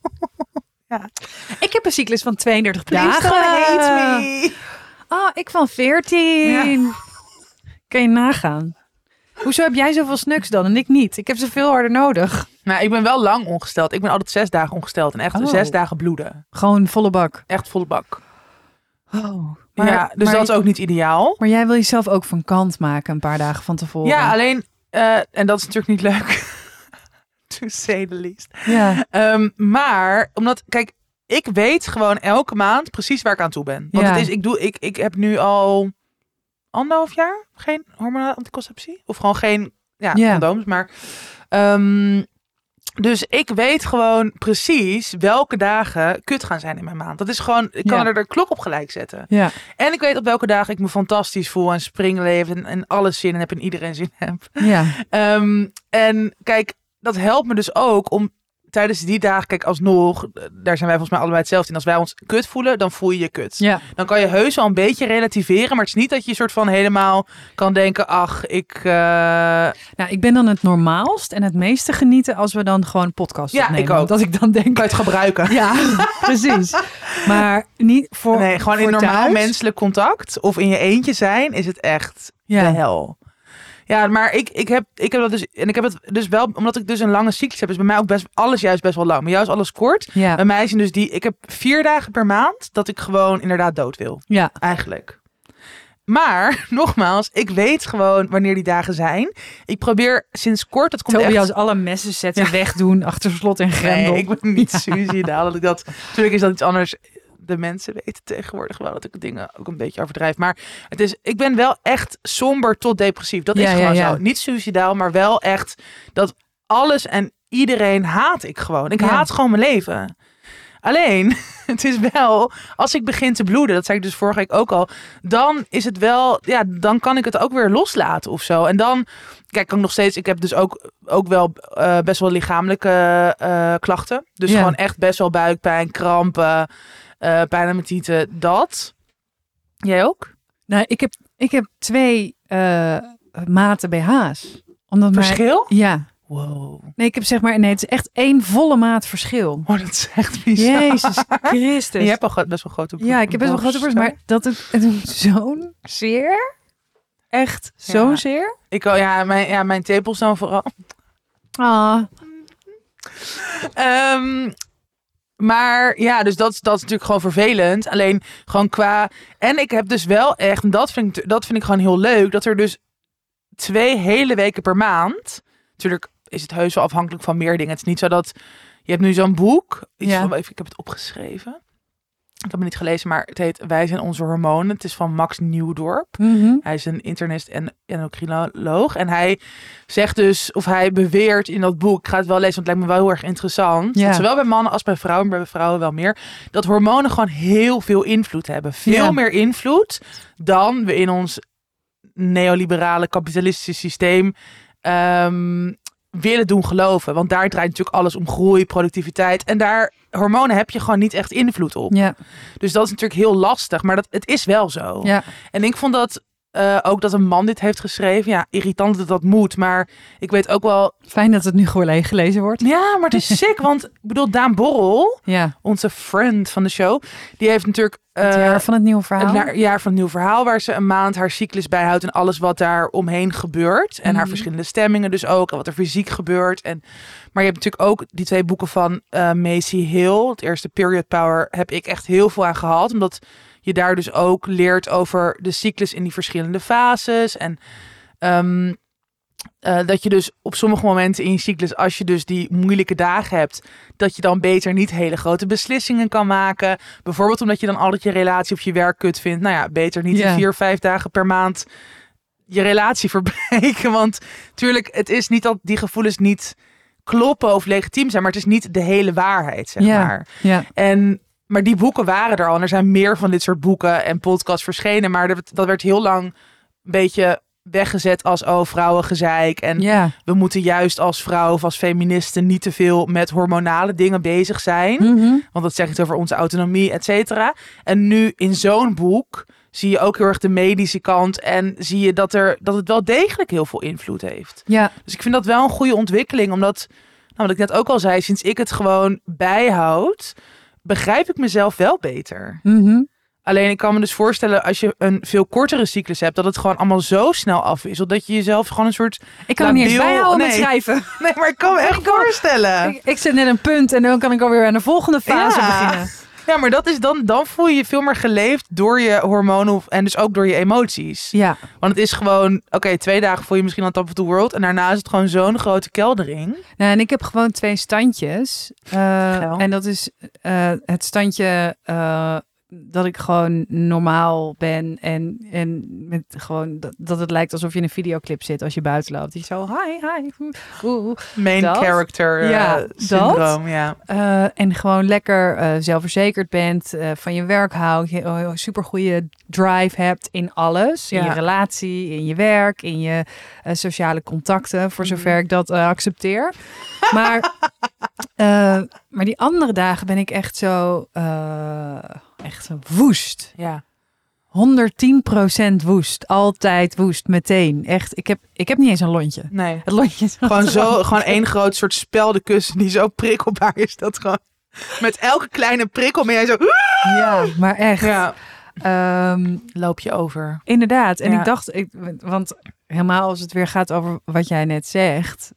Ik heb een cyclus van 32 Please dagen. don't hate me. Oh, ik van 14. Ja. Kan je nagaan. Hoezo heb jij zoveel snuks dan en ik niet? Ik heb ze veel harder nodig. Nou, ik ben wel lang ongesteld. Ik ben altijd 6 dagen ongesteld. En echt 6 dagen bloeden. Gewoon volle bak. Echt volle bak. Oh. Dus dat is ook niet ideaal. Maar jij wil jezelf ook van kant maken een paar dagen van tevoren. Ja, alleen... en dat is natuurlijk niet leuk. To say the least. Ja. Maar, omdat... Kijk, ik weet gewoon elke maand precies waar ik aan toe ben. Want Ja. het is... Ik heb nu al 1,5 jaar geen hormonale anticonceptie. Of gewoon geen condooms. Maar dus ik weet gewoon precies welke dagen kut gaan zijn in mijn maand. Dat is gewoon, ik kan er de klok op gelijk zetten. Ja. En ik weet op welke dagen ik me fantastisch voel en springleven en alles zin in heb en iedereen zin heb. Ja. En kijk, dat helpt me dus ook om tijdens die dagen, kijk, alsnog, daar zijn wij volgens mij allebei hetzelfde in. Als wij ons kut voelen, dan voel je je kut. Ja. Dan kan je heus wel een beetje relativeren, maar het is niet dat je soort van helemaal kan denken, ach, ik... Nou, ik ben dan het normaalst en het meeste genieten als we dan gewoon podcast opnemen. Ik ook. Dat ik dan denk... Kan je het gebruiken? Ja, precies. Maar niet voor... Nee, gewoon voor in normaal thuis. menselijk contact of in je eentje zijn, is het echt de hel. Ja, maar ik heb dat dus, en ik heb het dus wel, omdat ik dus een lange cyclus heb, is bij mij ook alles juist best wel lang. Maar jou is alles kort. Ja. Bij mij zijn dus ik heb 4 dagen per maand dat ik gewoon inderdaad dood wil. Ja. Eigenlijk. Maar, nogmaals, ik weet gewoon wanneer die dagen zijn. Ik probeer sinds kort, dat komt Tobias echt... alle messen zetten, wegdoen, achter slot en grendel. Nee, ik ben niet suicidaal. Natuurlijk is dat iets anders. De mensen weten tegenwoordig wel dat ik dingen ook een beetje overdrijf. Maar ik ben wel echt somber tot depressief. Dat is gewoon zo. Niet suicidaal, maar wel echt dat alles en iedereen haat ik gewoon. Ik haat gewoon mijn leven. Alleen, het is wel, als ik begin te bloeden, dat zei ik dus vorige week ook al, dan is het wel, dan kan ik het ook weer loslaten of zo. En dan, kijk, kan ik nog steeds, ik heb dus ook wel best wel lichamelijke klachten. Dus gewoon echt best wel buikpijn, krampen, pijn aan mijn tieten, dat. Jij ook? Nou, ik heb 2 maten BH's. Omdat verschil? Ja. Wow. Nee, ik heb het is echt 1 volle maat verschil. Oh, dat is echt bizar. Jezus Christus. En je hebt al best wel grote borst. Ja, ik heb best wel grote borst, maar dat het doet zo'n zeer. Echt zo'n zeer. Mijn tepels dan vooral. Maar ja, dus dat is natuurlijk gewoon vervelend. Alleen gewoon qua... En ik heb dus wel echt, en dat vind ik gewoon heel leuk, dat er dus 2 hele weken per maand... Natuurlijk is het heus wel afhankelijk van meer dingen. Het is niet zo dat... Je hebt nu zo'n boek. Ik heb het opgeschreven. Ik heb het niet gelezen, maar het heet Wij zijn onze hormonen. Het is van Max Nieuwdorp. Mm-hmm. Hij is een internist en endocrinoloog. En hij zegt dus, of hij beweert in dat boek... Ik ga het wel lezen, want het lijkt me wel heel erg interessant. Dat zowel bij mannen als bij vrouwen, maar bij vrouwen wel meer... dat hormonen gewoon heel veel invloed hebben. Veel meer invloed dan we in ons neoliberale kapitalistische systeem... willen doen geloven. Want daar draait natuurlijk alles om groei, productiviteit. En daar, hormonen heb je gewoon niet echt invloed op. Ja. Dus dat is natuurlijk heel lastig. Maar het is wel zo. Ja. En ik vond dat ook dat een man dit heeft geschreven. Ja, irritant dat dat moet. Maar ik weet ook wel... Fijn dat het nu gewoon gelezen wordt. Ja, maar het is sick. Want ik bedoel, Daan Borrel, onze friend van de show... die heeft natuurlijk... het jaar van het nieuwe verhaal. Het jaar van het nieuwe verhaal, waar ze een maand haar cyclus bijhoudt en alles wat daar omheen gebeurt. En haar verschillende stemmingen dus ook. En wat er fysiek gebeurt. Maar je hebt natuurlijk ook die 2 boeken van Macy Hill. Het eerste Period Power heb ik echt heel veel aan gehad. Omdat je daar dus ook leert over de cyclus in die verschillende fases. En dat je dus op sommige momenten in je cyclus, als je dus die moeilijke dagen hebt, dat je dan beter niet hele grote beslissingen kan maken. Bijvoorbeeld omdat je dan altijd je relatie of je werk kut vindt. Nou ja, beter niet 4-5 dagen per maand je relatie verbreken. Want tuurlijk, het is niet dat die gevoelens niet kloppen of legitiem zijn, maar het is niet de hele waarheid, zeg maar. Ja. Maar die boeken waren er al. En er zijn meer van dit soort boeken en podcasts verschenen. Maar dat werd heel lang een beetje weggezet als vrouwengezeik. En we moeten juist als vrouw of als feministen niet te veel met hormonale dingen bezig zijn. Mm-hmm. Want dat zegt iets over onze autonomie, et cetera. En nu in zo'n boek zie je ook heel erg de medische kant. En zie je dat het wel degelijk heel veel invloed heeft. Ja. Dus ik vind dat wel een goede ontwikkeling. Omdat, wat ik net ook al zei, sinds ik het gewoon bijhoud, begrijp ik mezelf wel beter. Mm-hmm. Alleen ik kan me dus voorstellen, als je een veel kortere cyclus hebt, dat het gewoon allemaal zo snel afwisselt, dat je jezelf gewoon een soort... Ik kan er niet eens bijhouden met schrijven. Nee, maar ik kan me echt voorstellen. Ik zet net een punt en dan kan ik alweer aan de volgende fase beginnen. Ja, maar dat is dan voel je je veel meer geleefd door je hormonen en dus ook door je emoties. Ja. Want het is gewoon, 2 dagen voel je misschien aan top of the world en daarna is het gewoon zo'n grote keldering. Nou, en ik heb gewoon 2 standjes. En dat is het standje dat ik gewoon normaal ben en met gewoon dat het lijkt alsof je in een videoclip zit als je buiten loopt. Die zo hi. Main dat. character syndroom, ja. En gewoon lekker zelfverzekerd bent, van je werk houdt, je super goede drive hebt in alles. In je relatie, in je werk, in je sociale contacten, voor zover ik dat accepteer. Maar die andere dagen ben ik echt zo woest. Ja. 110% woest. Altijd woest. Meteen. Echt. Ik heb niet eens een lontje. Nee. Het lontje is gewoon één groot soort speldenkussen die zo prikkelbaar is. Dat gewoon met elke kleine prikkel ben jij zo... Ja, maar echt. Ja. Loop je over. Inderdaad. En ik dacht... want helemaal als het weer gaat over wat jij net zegt...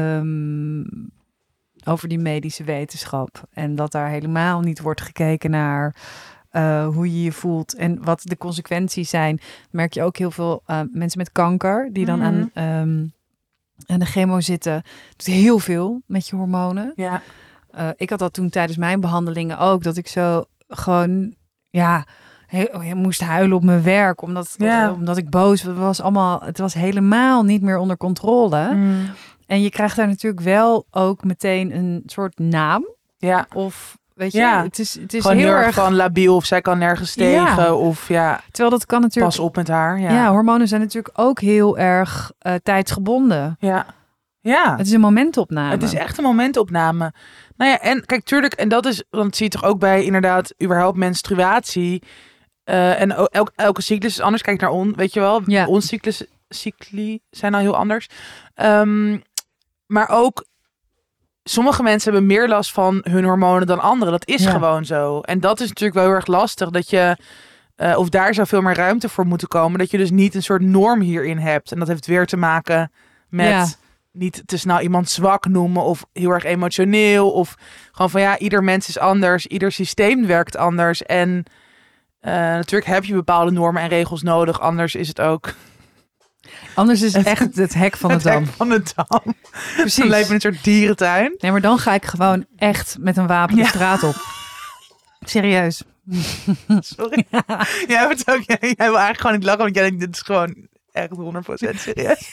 over die medische wetenschap. En dat daar helemaal niet wordt gekeken naar... hoe je je voelt en wat de consequenties zijn, merk je ook heel veel mensen met kanker die dan aan de chemo zitten. Doet heel veel met je hormonen. Ja. Ik had dat toen tijdens mijn behandelingen ook, dat ik zo gewoon moest huilen op mijn werk omdat ik boos was. Het was helemaal niet meer onder controle. En je krijgt daar natuurlijk wel ook meteen een soort naam. Ja. Of weet je, het is gewoon heel erg van labiel of zij kan nergens tegen of Terwijl dat kan natuurlijk. Pas op met haar. Ja, hormonen zijn natuurlijk ook heel erg tijdsgebonden. Ja. Het is een momentopname. Het is echt een momentopname. Nou ja, en kijk, tuurlijk, en dat is, want zie je toch ook bij inderdaad überhaupt menstruatie. En elke cyclus is anders. Kijk naar weet je wel. Ja. Onze cycli zijn al heel anders. Maar ook sommige mensen hebben meer last van hun hormonen dan anderen. Dat is gewoon zo. En dat is natuurlijk wel heel erg lastig. Dat je, of daar zou veel meer ruimte voor moeten komen. Dat je dus niet een soort norm hierin hebt. En dat heeft weer te maken met niet te snel iemand zwak noemen. Of heel erg emotioneel. Of gewoon van ieder mens is anders. Ieder systeem werkt anders. En natuurlijk heb je bepaalde normen en regels nodig. Anders is het ook... Anders is het echt het hek van de dam. Het hek van de dam. Precies. Dan leven in een soort dierentuin. Nee, maar dan ga ik gewoon echt met een wapen de straat op. Serieus. Sorry. Jij wil eigenlijk gewoon niet lachen, want jij denkt, dit is gewoon echt 100% serieus.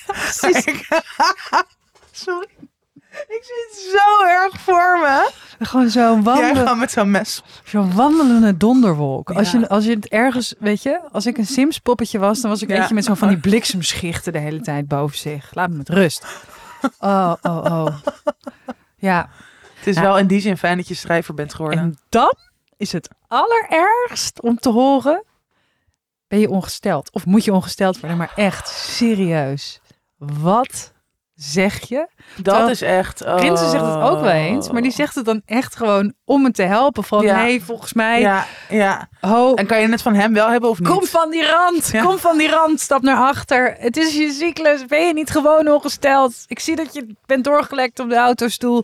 Sorry. Ik zie het zo erg voor me. Gewoon zo'n Jij gaat met zo'n mes. Zo'n wandelende donderwolk. Als je het ergens, weet je, als ik een Sims poppetje was, dan was ik eentje met zo'n van die bliksemschichten de hele tijd boven zich. Laat me met rust. Oh. Ja. Het is wel in die zin fijn dat je schrijver bent geworden. En dan is het allerergst om te horen, ben je ongesteld? Of moet je ongesteld worden? Maar echt, serieus. Wat zeg je? Dat is echt... Prinsen zegt het ook wel eens, maar die zegt het dan echt gewoon om me te helpen. Van, hey, volgens mij... Ja. Ho, en kan je het van hem wel hebben of niet? Kom van die rand, kom van die rand, stap naar achter. Het is je cyclus, ben je niet gewoon ongesteld? Ik zie dat je bent doorgelekt op de autostoel.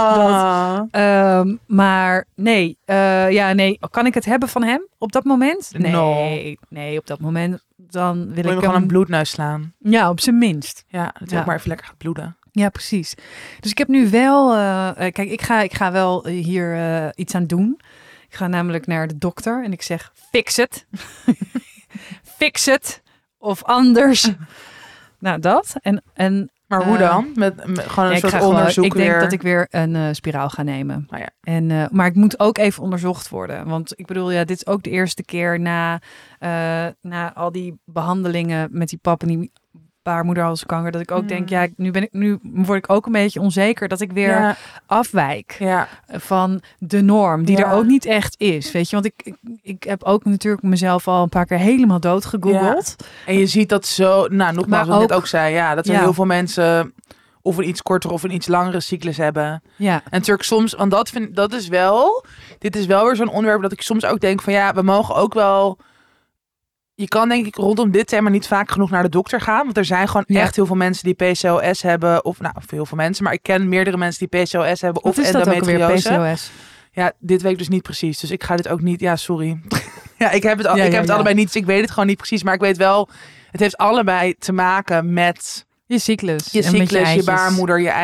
Maar nee, kan ik het hebben van hem op dat moment? Nee, op dat moment dan wil ik hem gewoon een bloedneus slaan. Ja, op zijn minst. Ja, dat hij ook maar even lekker gaat bloeden. Ja, precies. Dus ik heb nu wel... kijk, ik ga wel hier iets aan doen. Ik ga namelijk naar de dokter en ik zeg, fix het. Fix het. Of anders. Nou, dat. Maar hoe dan? Met gewoon een soort onderzoek ik denk dat ik weer een spiraal ga nemen. Oh ja. Maar ik moet ook even onderzocht worden. Want ik bedoel, dit is ook de eerste keer na al die behandelingen met die pap en die baarmoederhalskanker, dat ik ook denk, nu word ik ook een beetje onzeker dat ik weer afwijk van de norm, die er ook niet echt is. Weet je, want ik heb ook natuurlijk mezelf al een paar keer helemaal dood gegoogeld. Ja. En je ziet dat zo, nogmaals, wat ik net ook zei, dat er heel veel mensen of een iets kortere of een iets langere cyclus hebben. Ja. En natuurlijk soms, want dit is wel weer zo'n onderwerp dat ik soms ook denk van we mogen ook wel. Je kan denk ik rondom dit thema niet vaak genoeg naar de dokter gaan. Want er zijn gewoon echt heel veel mensen die PCOS hebben. Of heel veel mensen. Maar ik ken meerdere mensen die PCOS hebben. Wat of is dat endometriose. ook weer, PCOS? Ja, dit weet ik dus niet precies. Dus ik ga dit ook niet... Ja, sorry. Ik heb het allebei niet. Dus ik weet het gewoon niet precies. Maar ik weet wel... Het heeft allebei te maken met... Je cyclus. Je baarmoeder, je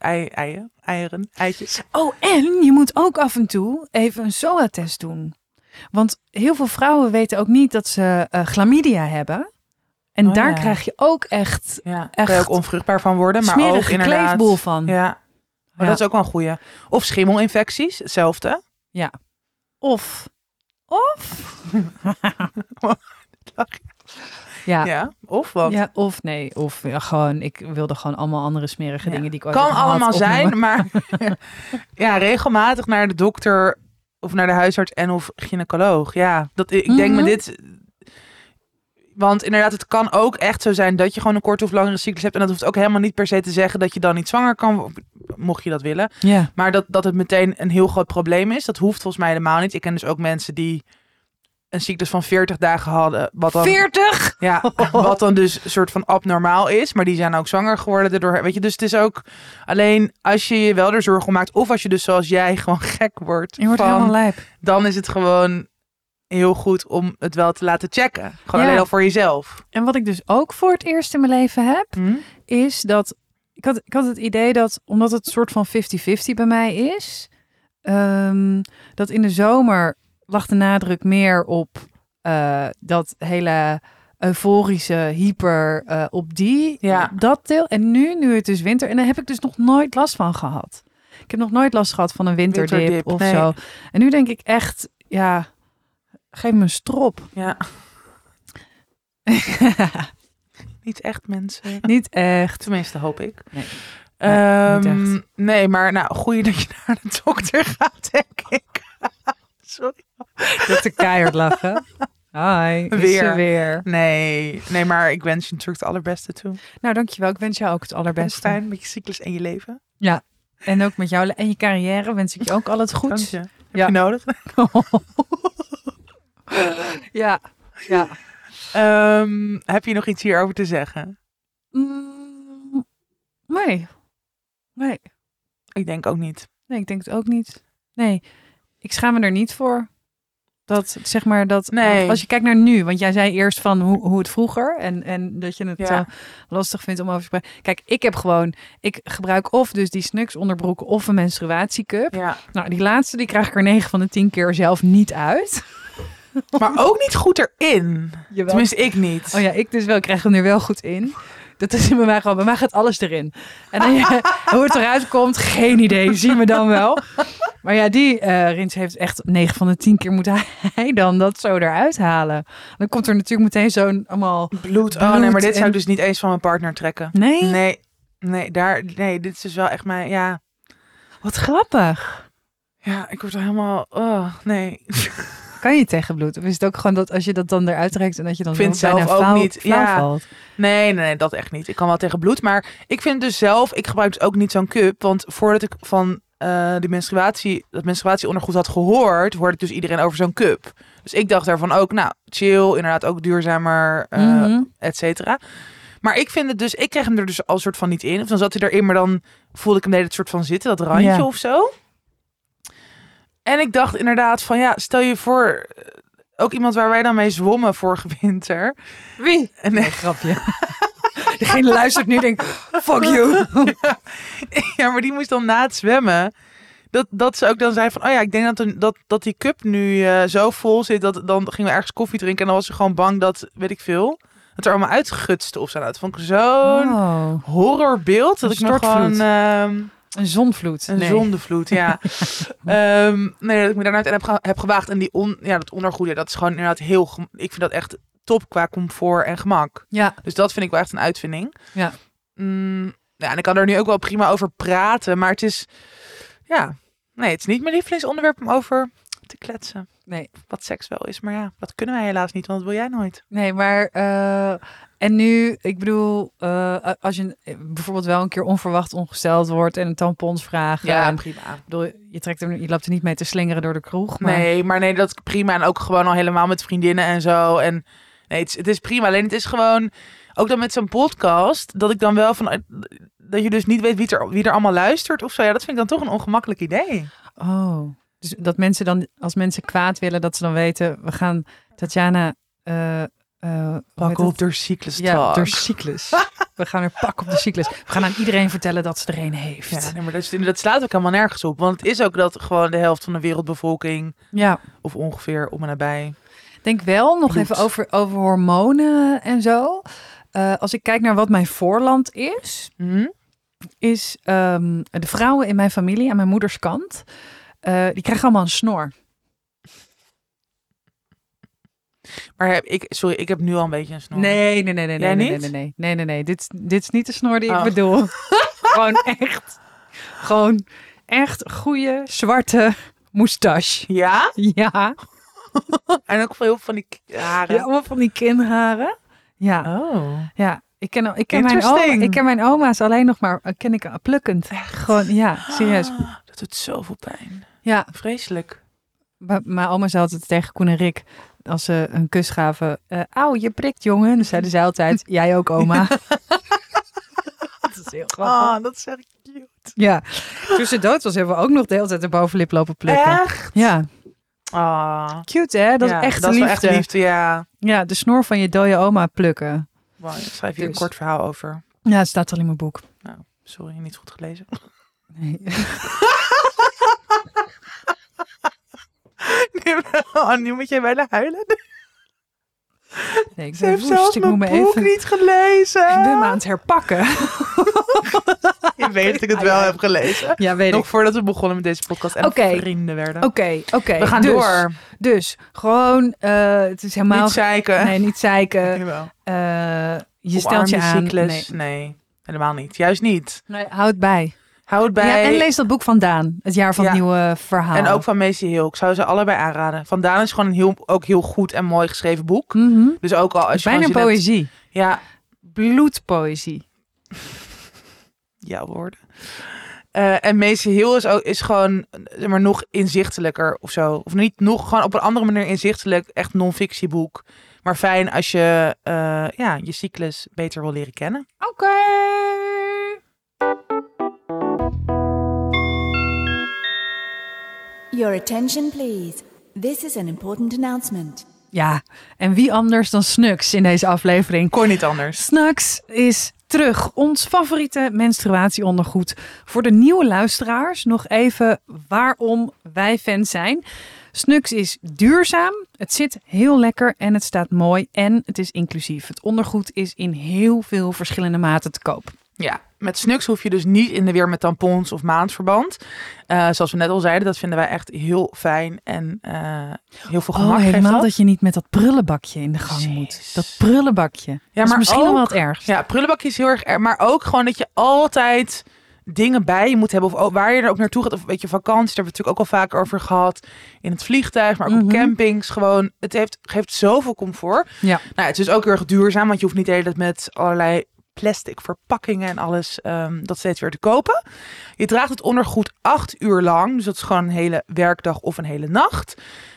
eieren, eitjes. Oh, en je moet ook af en toe even een SOA-test doen. Want heel veel vrouwen weten ook niet dat ze chlamydia hebben. En daar krijg je ook echt... Ja, daar kan je ook onvruchtbaar van worden. Maar ook inderdaad... kleefboel van. Ja. Maar dat is ook wel een goeie. Of schimmelinfecties, hetzelfde. Ja. Of... Ja, of wat? Ja, of nee. Of gewoon, ik wilde gewoon allemaal andere smerige dingen die ik ooit kan heb gehad allemaal zijn, opnoemen. maar regelmatig naar de dokter of naar de huisarts en of gynaecoloog. Ja, ik denk met dit... Want inderdaad, het kan ook echt zo zijn dat je gewoon een korte of langere cyclus hebt. En dat hoeft ook helemaal niet per se te zeggen dat je dan niet zwanger kan, mocht je dat willen. Ja. Maar dat het meteen een heel groot probleem is, dat hoeft volgens mij helemaal niet. Ik ken dus ook mensen die een cyclus van 40 dagen hadden. Wat dan, 40? Ja, wat dan dus een soort van abnormaal is. Maar die zijn ook zwanger geworden daardoor. Weet je, dus het is ook alleen als je je wel er zorgen om maakt. Of als je dus zoals jij gewoon gek wordt. Je wordt helemaal lijp. Dan is het gewoon heel goed om het wel te laten checken. Gewoon alleen al voor jezelf. En wat ik dus ook voor het eerst in mijn leven heb, is dat... Ik had het idee dat, omdat het een soort van 50-50 bij mij is, dat in de zomer lag de nadruk meer op dat hele euforische hyper op dat deel. En nu het dus winter. En daar heb ik dus nog nooit last van gehad. Ik heb nog nooit last gehad van een winterdip of zo. En nu denk ik echt, geef me een strop. Ja. Niet echt, mensen. Niet echt. Tenminste, hoop ik. Nee. Niet echt. Nee, maar goed dat je naar de dokter gaat, denk ik. Sorry. Dokter keihard lachen. Hi, weer. Nee, maar ik wens je natuurlijk het allerbeste toe. Nou, dankjewel. Ik wens jou ook het allerbeste. Fijn met je cyclus en je leven. Ja, en ook met jou en je carrière wens ik je ook al het goeds. Dank je. Heb je nodig? Ja. Heb je nog iets hierover te zeggen? Nee. Ik denk ook niet. Nee, ik denk het ook niet. Nee, ik schaam me er niet voor. Dat, zeg maar, dat als je kijkt naar nu, want jij zei eerst van hoe het vroeger en dat je het lastig vindt om over te spreken. Kijk, ik gebruik of dus die Snux onderbroek of een menstruatiecup. Ja. Nou, die laatste, die krijg ik er 9 van de 10 keer zelf niet uit. Maar ook niet goed erin. Jawel. Tenminste, ik niet. Oh ja, ik dus wel. Ik krijg hem er wel goed in. Dat is bij mij gewoon. Bij mij gaat alles erin. En dan, hoe het eruit komt, geen idee. Zien we dan wel. Maar ja, die Rins heeft echt 9 van de 10 keer moet hij dan dat zo eruit halen. Dan komt er natuurlijk meteen zo'n allemaal bloed. Oh nee, maar dit zou ik dus niet eens van mijn partner trekken. Nee? Nee, dit is dus wel echt mijn, ja. Wat grappig. Ja, ik word er helemaal, nee. Kan je tegen bloed? Of is het ook gewoon dat als je dat dan eruit trekt en dat je dan vind zelf ook niet valt? Nee, dat echt niet. Ik kan wel tegen bloed, maar ik vind dus zelf, ik gebruik dus ook niet zo'n cup, want voordat ik van dat menstruatieondergoed had gehoord, hoorde ik dus iedereen over zo'n cup. Dus ik dacht daarvan ook, nou, chill, inderdaad ook duurzamer, et cetera. Maar ik vind het dus, ik kreeg hem er dus al soort van niet in. Of dan zat hij erin, maar dan voelde ik hem het soort van zitten, dat randje of zo. En ik dacht inderdaad van, ja, stel je voor, ook iemand waar wij dan mee zwommen vorige winter. Wie? Nee, grapje. Degene luistert nu denkt, fuck you. Ja, maar die moest dan na het zwemmen, dat ze ook dan zei van, oh ja, ik denk dat die cup nu zo vol zit, dan gingen we ergens koffie drinken en dan was ze gewoon bang dat, weet ik veel, het er allemaal uitgutste of zo. Nou, dat vond ik zo'n horrorbeeld, dat ik nog gewoon... Een zonvloed. Een zondevloed, ja. Nee, dat ik me daaruit heb gewaagd. En dat ondergoed, dat is gewoon inderdaad heel... Ik vind dat echt top qua comfort en gemak. Ja. Dus dat vind ik wel echt een uitvinding. Ja. Ja, en ik kan er nu ook wel prima over praten. Maar het is... Ja. Nee, het is niet mijn lievelingsonderwerp om over te kletsen. Nee. Wat seks wel is. Maar ja, dat kunnen wij helaas niet. Want dat wil jij nooit. Nee, maar... En nu, ik bedoel, als je bijvoorbeeld wel een keer onverwacht ongesteld wordt en een tampons vragen. Ja, prima. Ik bedoel, je loopt er niet mee te slingeren door de kroeg. Maar... Nee, dat is prima. En ook gewoon al helemaal met vriendinnen en zo. En nee, het is prima. Alleen het is gewoon, ook dan met zo'n podcast, dat ik dan wel van, dat je dus niet weet wie er allemaal luistert of zo. Ja, dat vind ik dan toch een ongemakkelijk idee. Oh, dus dat mensen dan, als mensen kwaad willen, dat ze dan weten, we gaan Tatjana... Pak op de cyclus Ja, talk. door cyclus. We gaan weer pakken op de cyclus. We gaan aan iedereen vertellen dat ze er een heeft. Ja, nee, maar dat slaat ook helemaal nergens op. Want het is ook dat gewoon de helft van de wereldbevolking, Ja. of ongeveer om en nabij. Denk wel nog Bloed. even over hormonen en zo. Als ik kijk naar wat mijn voorland is de vrouwen in mijn familie aan mijn moeders kant, die krijgen allemaal een snor. Maar ik heb nu al een beetje een snor. Nee. Jij niet? Nee. Dit is niet de snor die ik Oh. bedoel. Gewoon echt goede zwarte moustache. Ja? Ja. En ook heel veel van die haren. Ja, allemaal van die kinharen. Ja. Oh. Ja, ik ken Interesting. mijn oma's alleen nog maar ken ik plukkend. Gewoon, ja, serieus. Dat doet zoveel pijn. Ja, Vreselijk. mijn oma zei altijd tegen Koen en Rick, als ze een kus gaven, auw, je prikt, jongen. Dan zeiden zij altijd, jij ook, oma. Dat is heel grappig. Dat is echt cute. Ja, toen ze dood was, hebben we ook nog de hele tijd de bovenlip lopen plukken. Echt? Ja, Cute, hè? Dat is echt dat liefde. is wel echt liefde, ja. Ja, de snor van je dode oma plukken. Wow, ik schrijf hier een Dus. kort verhaal over. Ja, het staat al in mijn boek. Nou, sorry, niet goed gelezen. Nee. Nu moet jij bijna huilen. Nee, ik Ze ben heeft woest. zelfs Ik mijn moet me boek even... niet gelezen. Ik ben me aan het herpakken. Je weet dat ik het wel heb gelezen. Ja, weet Nog ik. voordat we begonnen met deze podcast en Oké. vrienden werden. Oké. We gaan dus, door. Dus, gewoon, het is helemaal... Niet zeiken. Nee, niet zeiken. Jawel. Je stelt je aan. Cyclus. Nee, helemaal niet. Juist niet. Nee, hou het bij. Hou het bij. Ja, en lees dat boek van Daan. Het jaar van Ja. het nieuwe verhaal. En ook van Macy Hill. Ik zou ze allebei aanraden. Van Daan is gewoon ook heel goed en mooi geschreven boek. Mhm. Dus ook al als je Bijna gewoon zin hebt- poëzie. Ja, Bloedpoëzie. jouw woorden. En Macy Hill is gewoon zeg maar, nog inzichtelijker of zo. Of niet nog, gewoon op een andere manier inzichtelijk. Echt non-fictieboek. Maar fijn als je je cyclus beter wil leren kennen. Oké. Your attention, please. This is an important announcement. Ja, en wie anders dan Snux in deze aflevering? Kon niet anders. Snux is terug. Ons favoriete menstruatieondergoed. Voor de nieuwe luisteraars nog even waarom wij fans zijn. Snux is duurzaam, het zit heel lekker en het staat mooi en het is inclusief. Het ondergoed is in heel veel verschillende maten te koop. Ja, met Snux hoef je dus niet in de weer met tampons of maandverband. Zoals we net al zeiden, dat vinden wij echt heel fijn en heel veel gemak. Oh, geeft helemaal dat. dat je niet met dat prullenbakje in de gang moet. Jezus. Dat prullenbakje. Ja, dat is maar misschien ook- wel wat ergst. Ja, prullenbakje is heel erg erg. Maar ook gewoon dat je altijd dingen bij je moet hebben. Of waar je er ook naartoe gaat. Of weet je, vakantie. Daar hebben we het natuurlijk ook al vaker over gehad. In het vliegtuig, maar ook op campings. Gewoon, geeft zoveel comfort. Ja. Nou, het is ook heel erg duurzaam. Want je hoeft niet de hele tijd met allerlei plastic verpakkingen en alles dat steeds weer te kopen. Je draagt het ondergoed 8 uur lang. Dus dat is gewoon een hele werkdag of een hele nacht.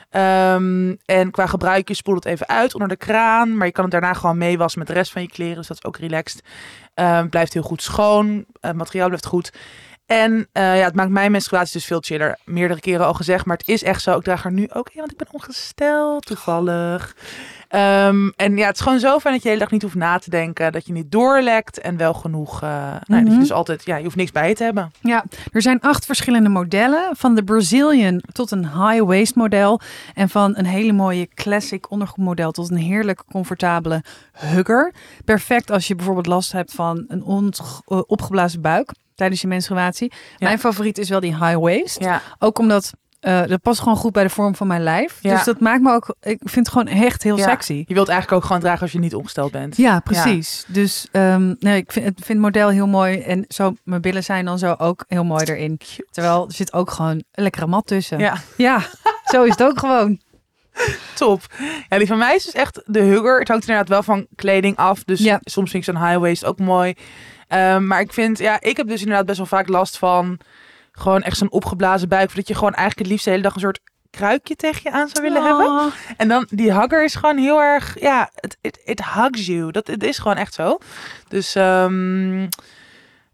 En qua gebruik, je spoelt het even uit onder de kraan. Maar je kan het daarna gewoon meewassen met de rest van je kleren. Dus dat is ook relaxed. Blijft heel goed schoon. Materiaal blijft goed. En het maakt mijn menstruatie dus veel chiller. Meerdere keren al gezegd, maar het is echt zo. Ik draag er nu ook in, want ik ben ongesteld, toevallig. En ja, het is gewoon zo fijn dat je de hele dag niet hoeft na te denken. Dat je niet doorlekt en wel genoeg. Dat je dus altijd, je hoeft niks bij je te hebben. Ja, er zijn 8 verschillende modellen. Van de Brazilian tot een high-waist model. En van een hele mooie classic ondergoedmodel tot een heerlijk comfortabele hugger. Perfect als je bijvoorbeeld last hebt van een opgeblazen buik tijdens je menstruatie. Ja. Mijn favoriet is wel die high-waist. Ja, Ook omdat dat past gewoon goed bij de vorm van mijn lijf. Ja. Dus dat maakt me ook, ik vind het gewoon echt heel ja. sexy. Je wilt eigenlijk ook gewoon dragen als je niet ongesteld bent. Ja, precies. Dus ik vind het model heel mooi. En zo, mijn billen zijn dan zo ook heel mooi erin. Cute. Terwijl er zit ook gewoon een lekkere mat tussen. Ja, Ja, zo is het ook gewoon. top. Ja, die van mij is dus echt de hugger. Het hangt inderdaad wel van kleding af. Dus Ja. soms vind ik zo'n high waist ook mooi. Maar ik vind, ik heb dus inderdaad best wel vaak last van gewoon echt zo'n opgeblazen buik. Dat je gewoon eigenlijk het liefst de hele dag een soort kruikje tegen je aan zou willen hebben. En dan, die hugger is gewoon heel erg, it hugs you. Het is gewoon echt zo. Dus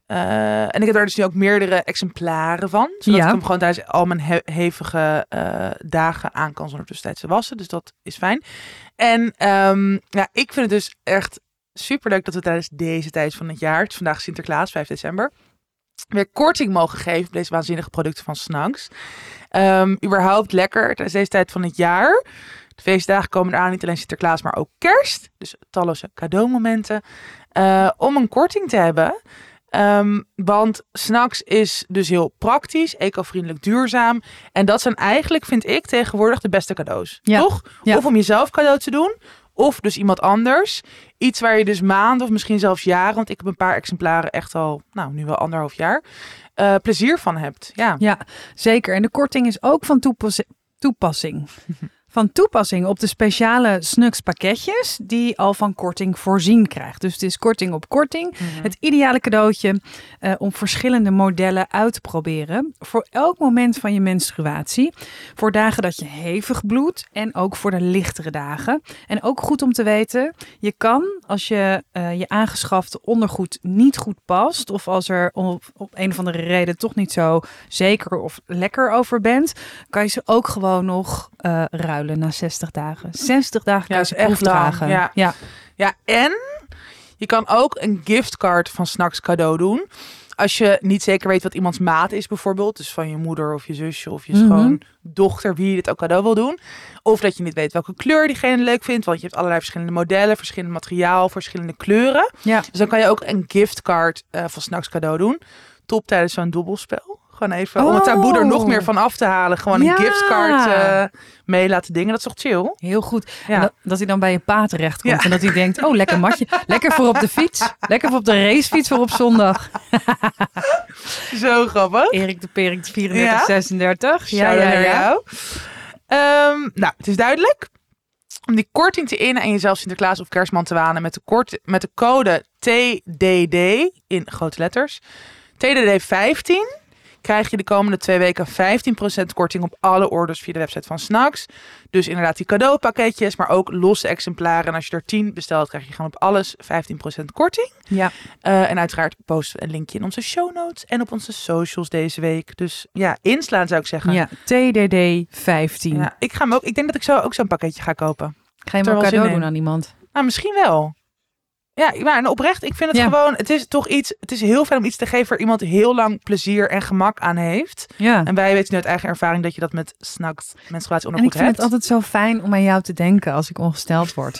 En ik heb daar dus nu ook meerdere exemplaren van. Zodat ik hem gewoon tijdens al mijn hevige dagen aan kan zonder tussentijds te wassen. Dus dat is fijn. En ik vind het dus echt superleuk dat we tijdens deze tijd van het jaar, het is vandaag Sinterklaas, 5 december, weer korting mogen geven op deze waanzinnige producten van Snacks. Überhaupt lekker tijdens deze tijd van het jaar. De feestdagen komen eraan, niet alleen Sinterklaas, maar ook kerst. Dus talloze cadeaumomenten. Om een korting te hebben. Want Snacks is dus heel praktisch, eco-vriendelijk, duurzaam. En dat zijn eigenlijk, vind ik, tegenwoordig de beste cadeaus. Ja. Toch? Ja. Of om jezelf cadeau te doen, of dus iemand anders. Iets waar je dus maanden of misschien zelfs jaren, want ik heb een paar exemplaren echt al, nu wel 1,5 jaar, plezier van hebt. Ja, zeker. En de korting is ook van toepassing. Van toepassing op de speciale Snacks pakketjes die al van korting voorzien krijgt. Dus het is korting op korting. Mm-hmm. Het ideale cadeautje om verschillende modellen uit te proberen. Voor elk moment van je menstruatie. Voor dagen dat je hevig bloedt en ook voor de lichtere dagen. En ook goed om te weten, je kan als je je aangeschafte ondergoed niet goed past. Of als er op een of andere reden toch niet zo zeker of lekker over bent. Kan je ze ook gewoon nog ruilen na 60 dagen. 60 dagen kan je ze proefdragen. Ja, en je kan ook een giftcard van Snacks cadeau doen. Als je niet zeker weet wat iemands maat is bijvoorbeeld. Dus van je moeder of je zusje of je schoondochter. Wie je dit ook cadeau wil doen. Of dat je niet weet welke kleur diegene leuk vindt. Want je hebt allerlei verschillende modellen. Verschillend materiaal. Verschillende kleuren. Ja. Dus dan kan je ook een giftcard van Snacks cadeau doen. Top tijdens zo'n dobbelspel. Gewoon even om het taboe er nog meer van af te halen. Gewoon een giftcard mee laten dingen. Dat is toch chill? Heel goed. Ja. En dat hij dan bij je pa terechtkomt. Ja. En dat hij denkt, lekker matje. Lekker voor op de fiets. Lekker voor op de racefiets voor op zondag. Zo grappig. Erik de Perik 34, 36. Ja. Het is duidelijk. Om die korting te innen en jezelf Sinterklaas of Kerstman te wanen met de code TDD in grote letters. TDD 15 krijg je de komende 2 weken 15% korting op alle orders via de website van Snacks. Dus inderdaad die cadeaupakketjes, maar ook losse exemplaren. En als je er 10 bestelt, krijg je gewoon op alles 15% korting. Ja. En uiteraard posten we een linkje in onze show notes en op onze socials deze week. Dus inslaan zou ik zeggen. Ja, TDD 15. Ja, ik denk dat ik zo ook zo'n pakketje ga kopen. Ga je hem ook cadeau doen aan iemand? Nou, misschien wel. Ja, maar en oprecht, ik vind het gewoon, het is toch iets, het is heel fijn om iets te geven waar iemand heel lang plezier en gemak aan heeft. Ja. En wij weten nu uit eigen ervaring dat je dat met Snacks menstruatieondergoed hebt. En ik vind het altijd zo fijn om aan jou te denken als ik ongesteld word.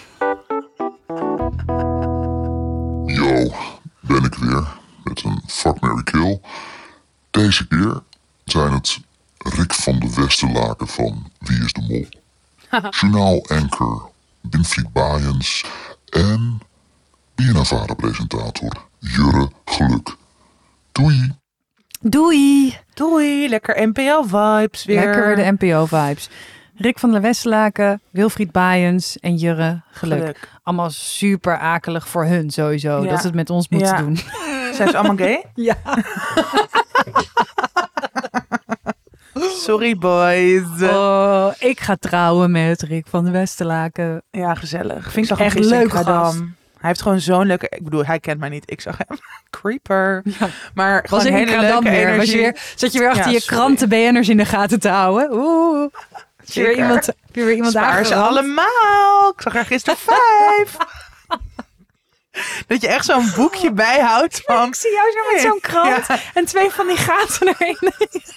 Yo, ben ik weer met een Fuck, Marry, Kill. Deze keer zijn het Rick van de Westerlaken van Wie is de Mol? Journaal-anchor Winfried Baaiens en BNNVARA-presentator Jurre Geluk. Doei! Doei! Doei! Lekker NPO-vibes weer. Lekker de NPO-vibes. Rick van der Westerlaken, Wilfried Baaiens en Jurre Geluk. Allemaal super akelig voor hun sowieso. Dat ze het met ons moeten doen. Zijn ze allemaal gay? Ja. Sorry boys. Ik ga trouwen met Rick van der Westerlaken. Ja, gezellig. Vind ik echt leuk gast. Hij heeft gewoon zo'n leuke... Ik bedoel, hij kent mij niet. Ik zag hem. Creeper. Ja. Maar was gewoon een hele leuke energie. Zat je weer achter je kranten BN'ers in de gaten te houden? Oeh. Heb je weer iemand Spaar ze allemaal. Ik zag er gisteren 5. Dat je echt zo'n boekje bijhoudt van... Ik zie jou zo met zo'n krant en 2 van die gaten erin.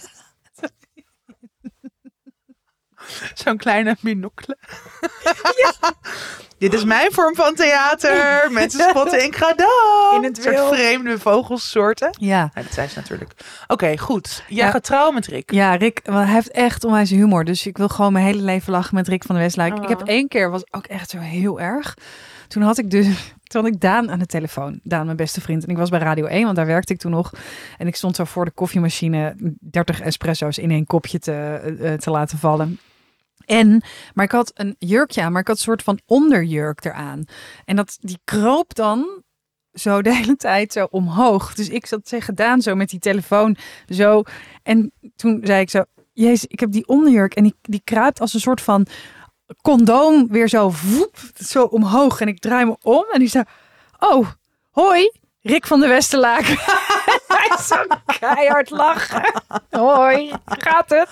Zo'n kleine binocle. Ja. Dit is mijn vorm van theater. Mensen spotten in cadeau. In het soort vreemde vogelsoorten. Ja. Dat zijn ze natuurlijk. Oké, goed. Jij gaat trouwen met Rick. Ja, Rick, hij heeft echt onwijs humor. Dus ik wil gewoon mijn hele leven lachen met Rick van der Westerlaken. Ik heb 1 keer, was ook echt zo heel erg. Toen had ik Daan aan de telefoon. Daan, mijn beste vriend. En ik was bij Radio 1, want daar werkte ik toen nog. En ik stond zo voor de koffiemachine 30 espresso's in 1 kopje te laten vallen. Maar ik had een jurkje aan, maar ik had een soort van onderjurk eraan. En die kroop dan zo de hele tijd zo omhoog. Dus ik zat tegen Daan zo met die telefoon zo. En toen zei ik zo, jezus, ik heb die onderjurk en die kruipt als een soort van condoom weer zo omhoog. En ik draai me om en die zei, oh, hoi, Rick van der Westerlaken. Hij is zo keihard lachen. Hoi, gaat het?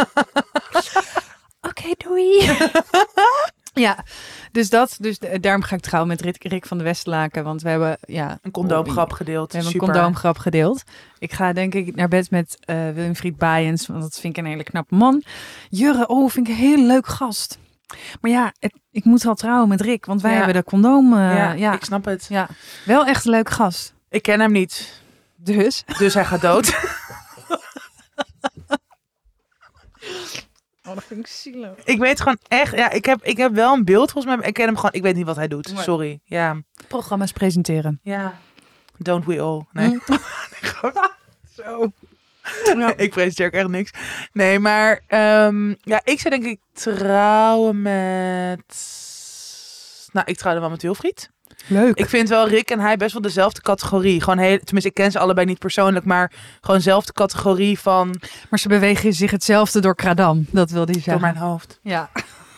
Oké, doei. Ja, dus daarom ga ik trouwen met Rick van der Westerlaken. Want we hebben een condoomgrap gedeeld. We hebben Super. een condoomgrap gedeeld. Ik ga denk ik naar bed met Willem-Fried Baijens. Want dat vind ik een hele knappe man. Jurre, vind ik een hele leuk gast. Maar ja, ik moet wel trouwen met Rick. Want wij hebben de condoom. Ik snap het. Ja, wel echt een leuk gast. Ik ken hem niet. Dus hij gaat dood. dat vind ik zielig. Ik weet gewoon echt... Ja, ik heb wel een beeld volgens mij. Ik ken hem gewoon... Ik weet niet wat hij doet. Sorry. Ja. Programma's presenteren. Ja. Don't we all. Nee. Zo. Ja. Ik presenteer ook echt niks. Nee, maar... ik zou denk ik trouwen met... Nou, ik trouwde wel met Wilfried. Leuk. Ik vind wel Rick en hij best wel dezelfde categorie. Gewoon tenminste, ik ken ze allebei niet persoonlijk, maar gewoon dezelfde categorie van... Maar ze bewegen zich hetzelfde door Kradam. Dat wilde hij zeggen. Door mijn hoofd. Ja.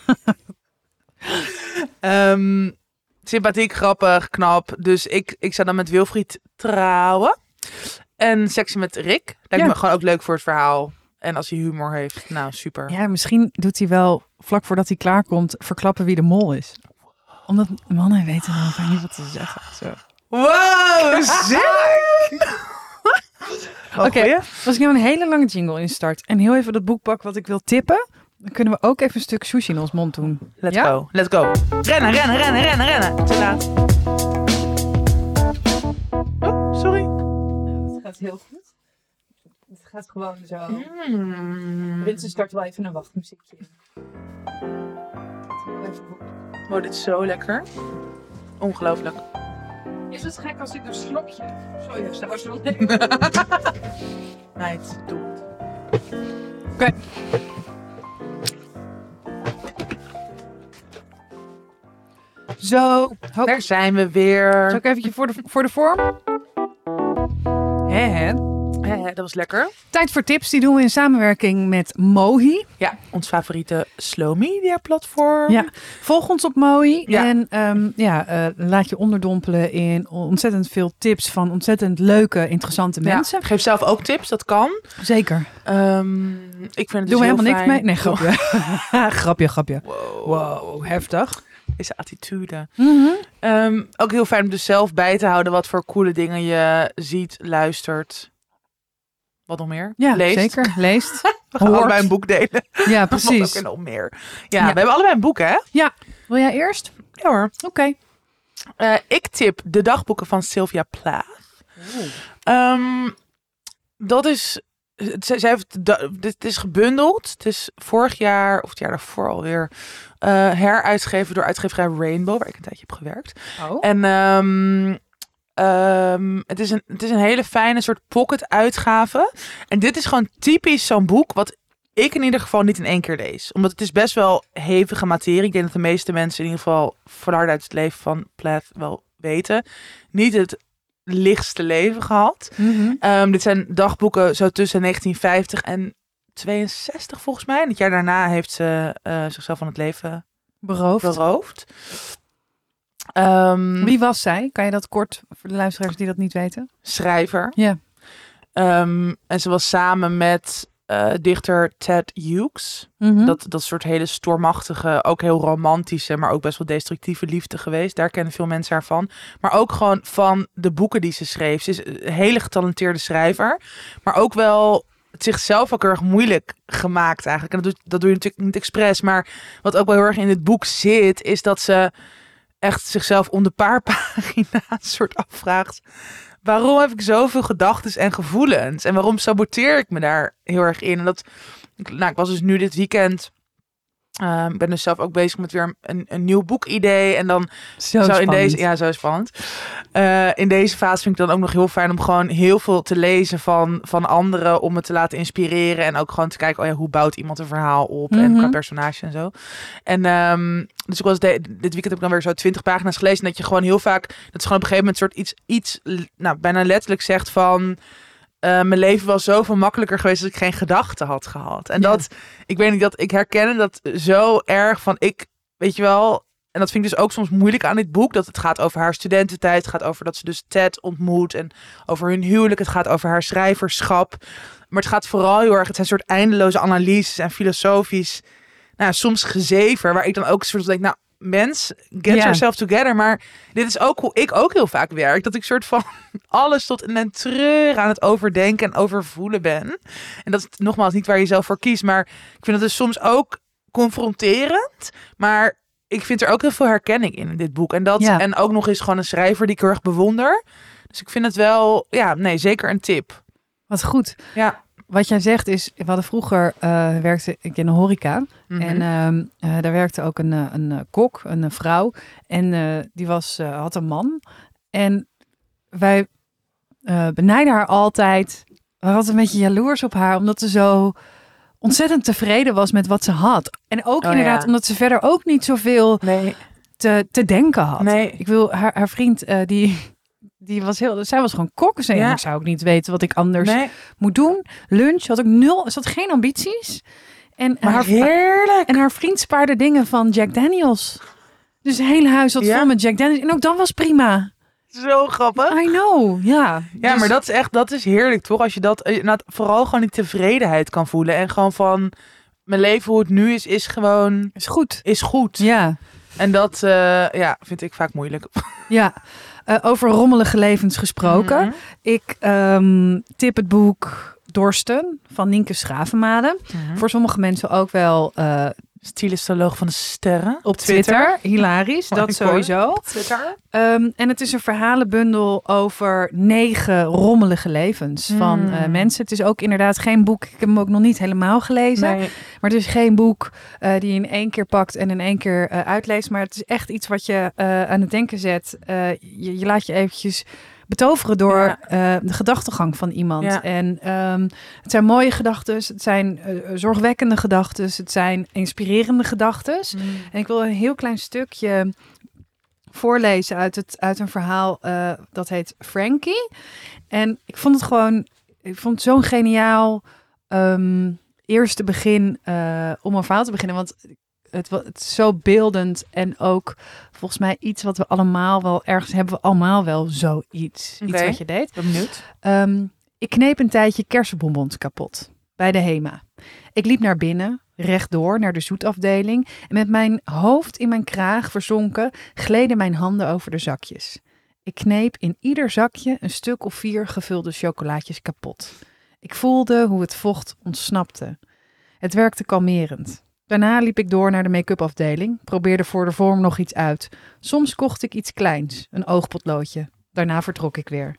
Sympathiek, grappig, knap. Dus ik zou dan met Wilfried trouwen. En seksen met Rick. Lijkt me gewoon ook leuk voor het verhaal. En als hij humor heeft, nou super. Ja, misschien doet hij wel, vlak voordat hij klaarkomt, verklappen wie de mol is. Omdat mannen weten dan vaak niet wat te zeggen. Zo. Wow, sick! Oké, als ik nou een hele lange jingle instart en heel even dat boek pak wat ik wil tippen, dan kunnen we ook even een stuk sushi in ons mond doen. Let's go. Rennen. Te laat. Oh, sorry. Het gaat heel goed. Het gaat gewoon zo. Rinsen start wel even een wachtmuziekje. Oh, dit is zo lekker. Ongelooflijk. Is het gek als ik een slokje... Sorry, saus wil Meid, doe het. Oké. Zo. Daar zijn we weer. Zal ik eventjes voor de vorm? Dat was lekker. Tijd voor tips. Die doen we in samenwerking met Mohi. Ja, ons favoriete slow media platform. Ja, volg ons op Mohi. Ja. En laat je onderdompelen in ontzettend veel tips van ontzettend leuke, interessante mensen. Ja, geef zelf ook tips, dat kan. Zeker. Ik vind het Doen dus we heel helemaal niks fijn. mee? Nee, grapje. grapje. Wow, Heftig. Deze attitude. Ook heel fijn om dus zelf bij te houden wat voor coole dingen je ziet, luistert. Wat nog meer? Ja, Leest. zeker. Leest. We gaan allebei een boek delen. Ja, precies. En nog meer. Ja, we hebben allebei een boek, hè? Ja. Wil jij eerst? Ja hoor. Oké. Ik tip de dagboeken van Sylvia Plath. Dat is... Dit is gebundeld. Het is vorig jaar, of het jaar daarvoor alweer, heruitgegeven door uitgeverij Rainbow, waar ik een tijdje heb gewerkt. Oh. En het is een hele fijne soort pocket uitgave. En dit is gewoon typisch zo'n boek wat ik in ieder geval niet in één keer lees. Omdat het is best wel hevige materie. Ik denk dat de meeste mensen in ieder geval verhard uit het leven van Plath wel weten. Niet het lichtste leven gehad. Dit zijn dagboeken zo tussen 1950 en 62 volgens mij. En het jaar daarna heeft ze zichzelf van het leven beroofd. Wie was zij? Kan je dat kort voor de luisteraars die dat niet weten? Schrijver. Ja. En ze was samen met dichter Ted Hughes. Dat soort hele stormachtige, ook heel romantische, maar ook best wel destructieve liefde geweest. Daar kennen veel mensen haar van. Maar ook gewoon van de boeken die ze schreef. Ze is een hele getalenteerde schrijver. Maar ook wel het zichzelf ook heel erg moeilijk gemaakt eigenlijk. En dat doe je natuurlijk niet expres. Maar wat ook wel heel erg in het boek zit, is dat ze echt zichzelf om de paar pagina's soort afvraagt: waarom heb ik zoveel gedachten en gevoelens? En waarom saboteer ik me daar heel erg in? En ik was dus nu dit weekend... Ik ben dus zelf ook bezig met weer een nieuw boekidee. En dan zo spannend. In deze fase vind ik dan ook nog heel fijn om gewoon heel veel te lezen van anderen. Om me te laten inspireren. En ook gewoon te kijken, hoe bouwt iemand een verhaal op? En qua personage en zo. En dus ik was dit weekend heb ik dan weer zo 20 pagina's gelezen. En dat je gewoon heel vaak, dat is gewoon op een gegeven moment soort iets bijna letterlijk zegt van: mijn leven was zoveel makkelijker geweest als ik geen gedachten had gehad. En ik weet niet, dat ik herken dat zo erg van, weet je wel, en dat vind ik dus ook soms moeilijk aan dit boek, dat het gaat over haar studententijd, het gaat over dat ze dus Ted ontmoet en over hun huwelijk, het gaat over haar schrijverschap. Maar het gaat vooral heel erg, het zijn soort eindeloze analyses en filosofisch, nou, soms gezever, waar ik dan ook soort van denk, nou, mens, get yourself together. Maar dit is ook hoe ik ook heel vaak werk. Dat ik soort van alles tot in een treur aan het overdenken en overvoelen ben. En dat is nogmaals niet waar je zelf voor kiest. Maar ik vind het dus soms ook confronterend. Maar ik vind er ook heel veel herkenning in dit boek. En, en ook nog eens gewoon een schrijver die ik heel erg bewonder. Dus ik vind het wel, zeker een tip. Wat goed. Ja. Wat jij zegt is, we hadden vroeger, werkte ik in de horeca. Mm-hmm. En daar werkte ook een kok, een vrouw. En die had een man. En wij benijden haar altijd. We hadden altijd een beetje jaloers op haar, omdat ze zo ontzettend tevreden was met wat ze had. En ook inderdaad, omdat ze verder ook niet zoveel te denken had. Nee. Ik wil haar vriend, zij was gewoon kok. Ik zou ook niet weten wat ik anders moet doen. Lunch had ook nul. Ze had geen ambities. En heerlijk. En haar vriend spaarde dingen van Jack Daniels. Dus het hele huis zat vol met Jack Daniels. En ook dat was prima. Zo grappig. I know, ja. Ja, dus... maar dat is heerlijk, toch? Als je dat vooral gewoon die tevredenheid kan voelen. En gewoon van, mijn leven hoe het nu is gewoon... Is goed. Ja. En dat vind ik vaak moeilijk. Ja. Over rommelige levens gesproken. Mm-hmm. Ik tip het boek Dorsten van Nienke Schravemade. Mm-hmm. Voor sommige mensen ook wel... Stylistoloog van de sterren. Op Twitter. Hilarisch, dat sowieso. Op Twitter. En het is een verhalenbundel over 9 rommelige levens van mensen. Het is ook inderdaad geen boek. Ik heb hem ook nog niet helemaal gelezen. Nee. Maar het is geen boek die je in 1 keer pakt en in 1 keer uitleest. Maar het is echt iets wat je aan het denken zet. Je laat je eventjes betoveren door de gedachtegang van iemand. Ja. En het zijn mooie gedachten, het zijn zorgwekkende gedachten, het zijn inspirerende gedachten. En ik wil een heel klein stukje voorlezen uit een verhaal dat heet Frankie. En ik vond het zo'n geniaal eerste begin om een verhaal te beginnen, want het is zo beeldend en ook volgens mij iets wat we allemaal wel ergens hebben. We allemaal wel zoiets. Okay. Iets wat je deed. Ben benieuwd. Ik kneep een tijdje kersenbonbons kapot bij de HEMA. Ik liep naar binnen, rechtdoor naar de zoetafdeling. En met mijn hoofd in mijn kraag verzonken gleden mijn handen over de zakjes. Ik kneep in ieder zakje een stuk of 4 gevulde chocolaatjes kapot. Ik voelde hoe het vocht ontsnapte. Het werkte kalmerend. Daarna liep ik door naar de make-up afdeling, probeerde voor de vorm nog iets uit. Soms kocht ik iets kleins, een oogpotloodje. Daarna vertrok ik weer.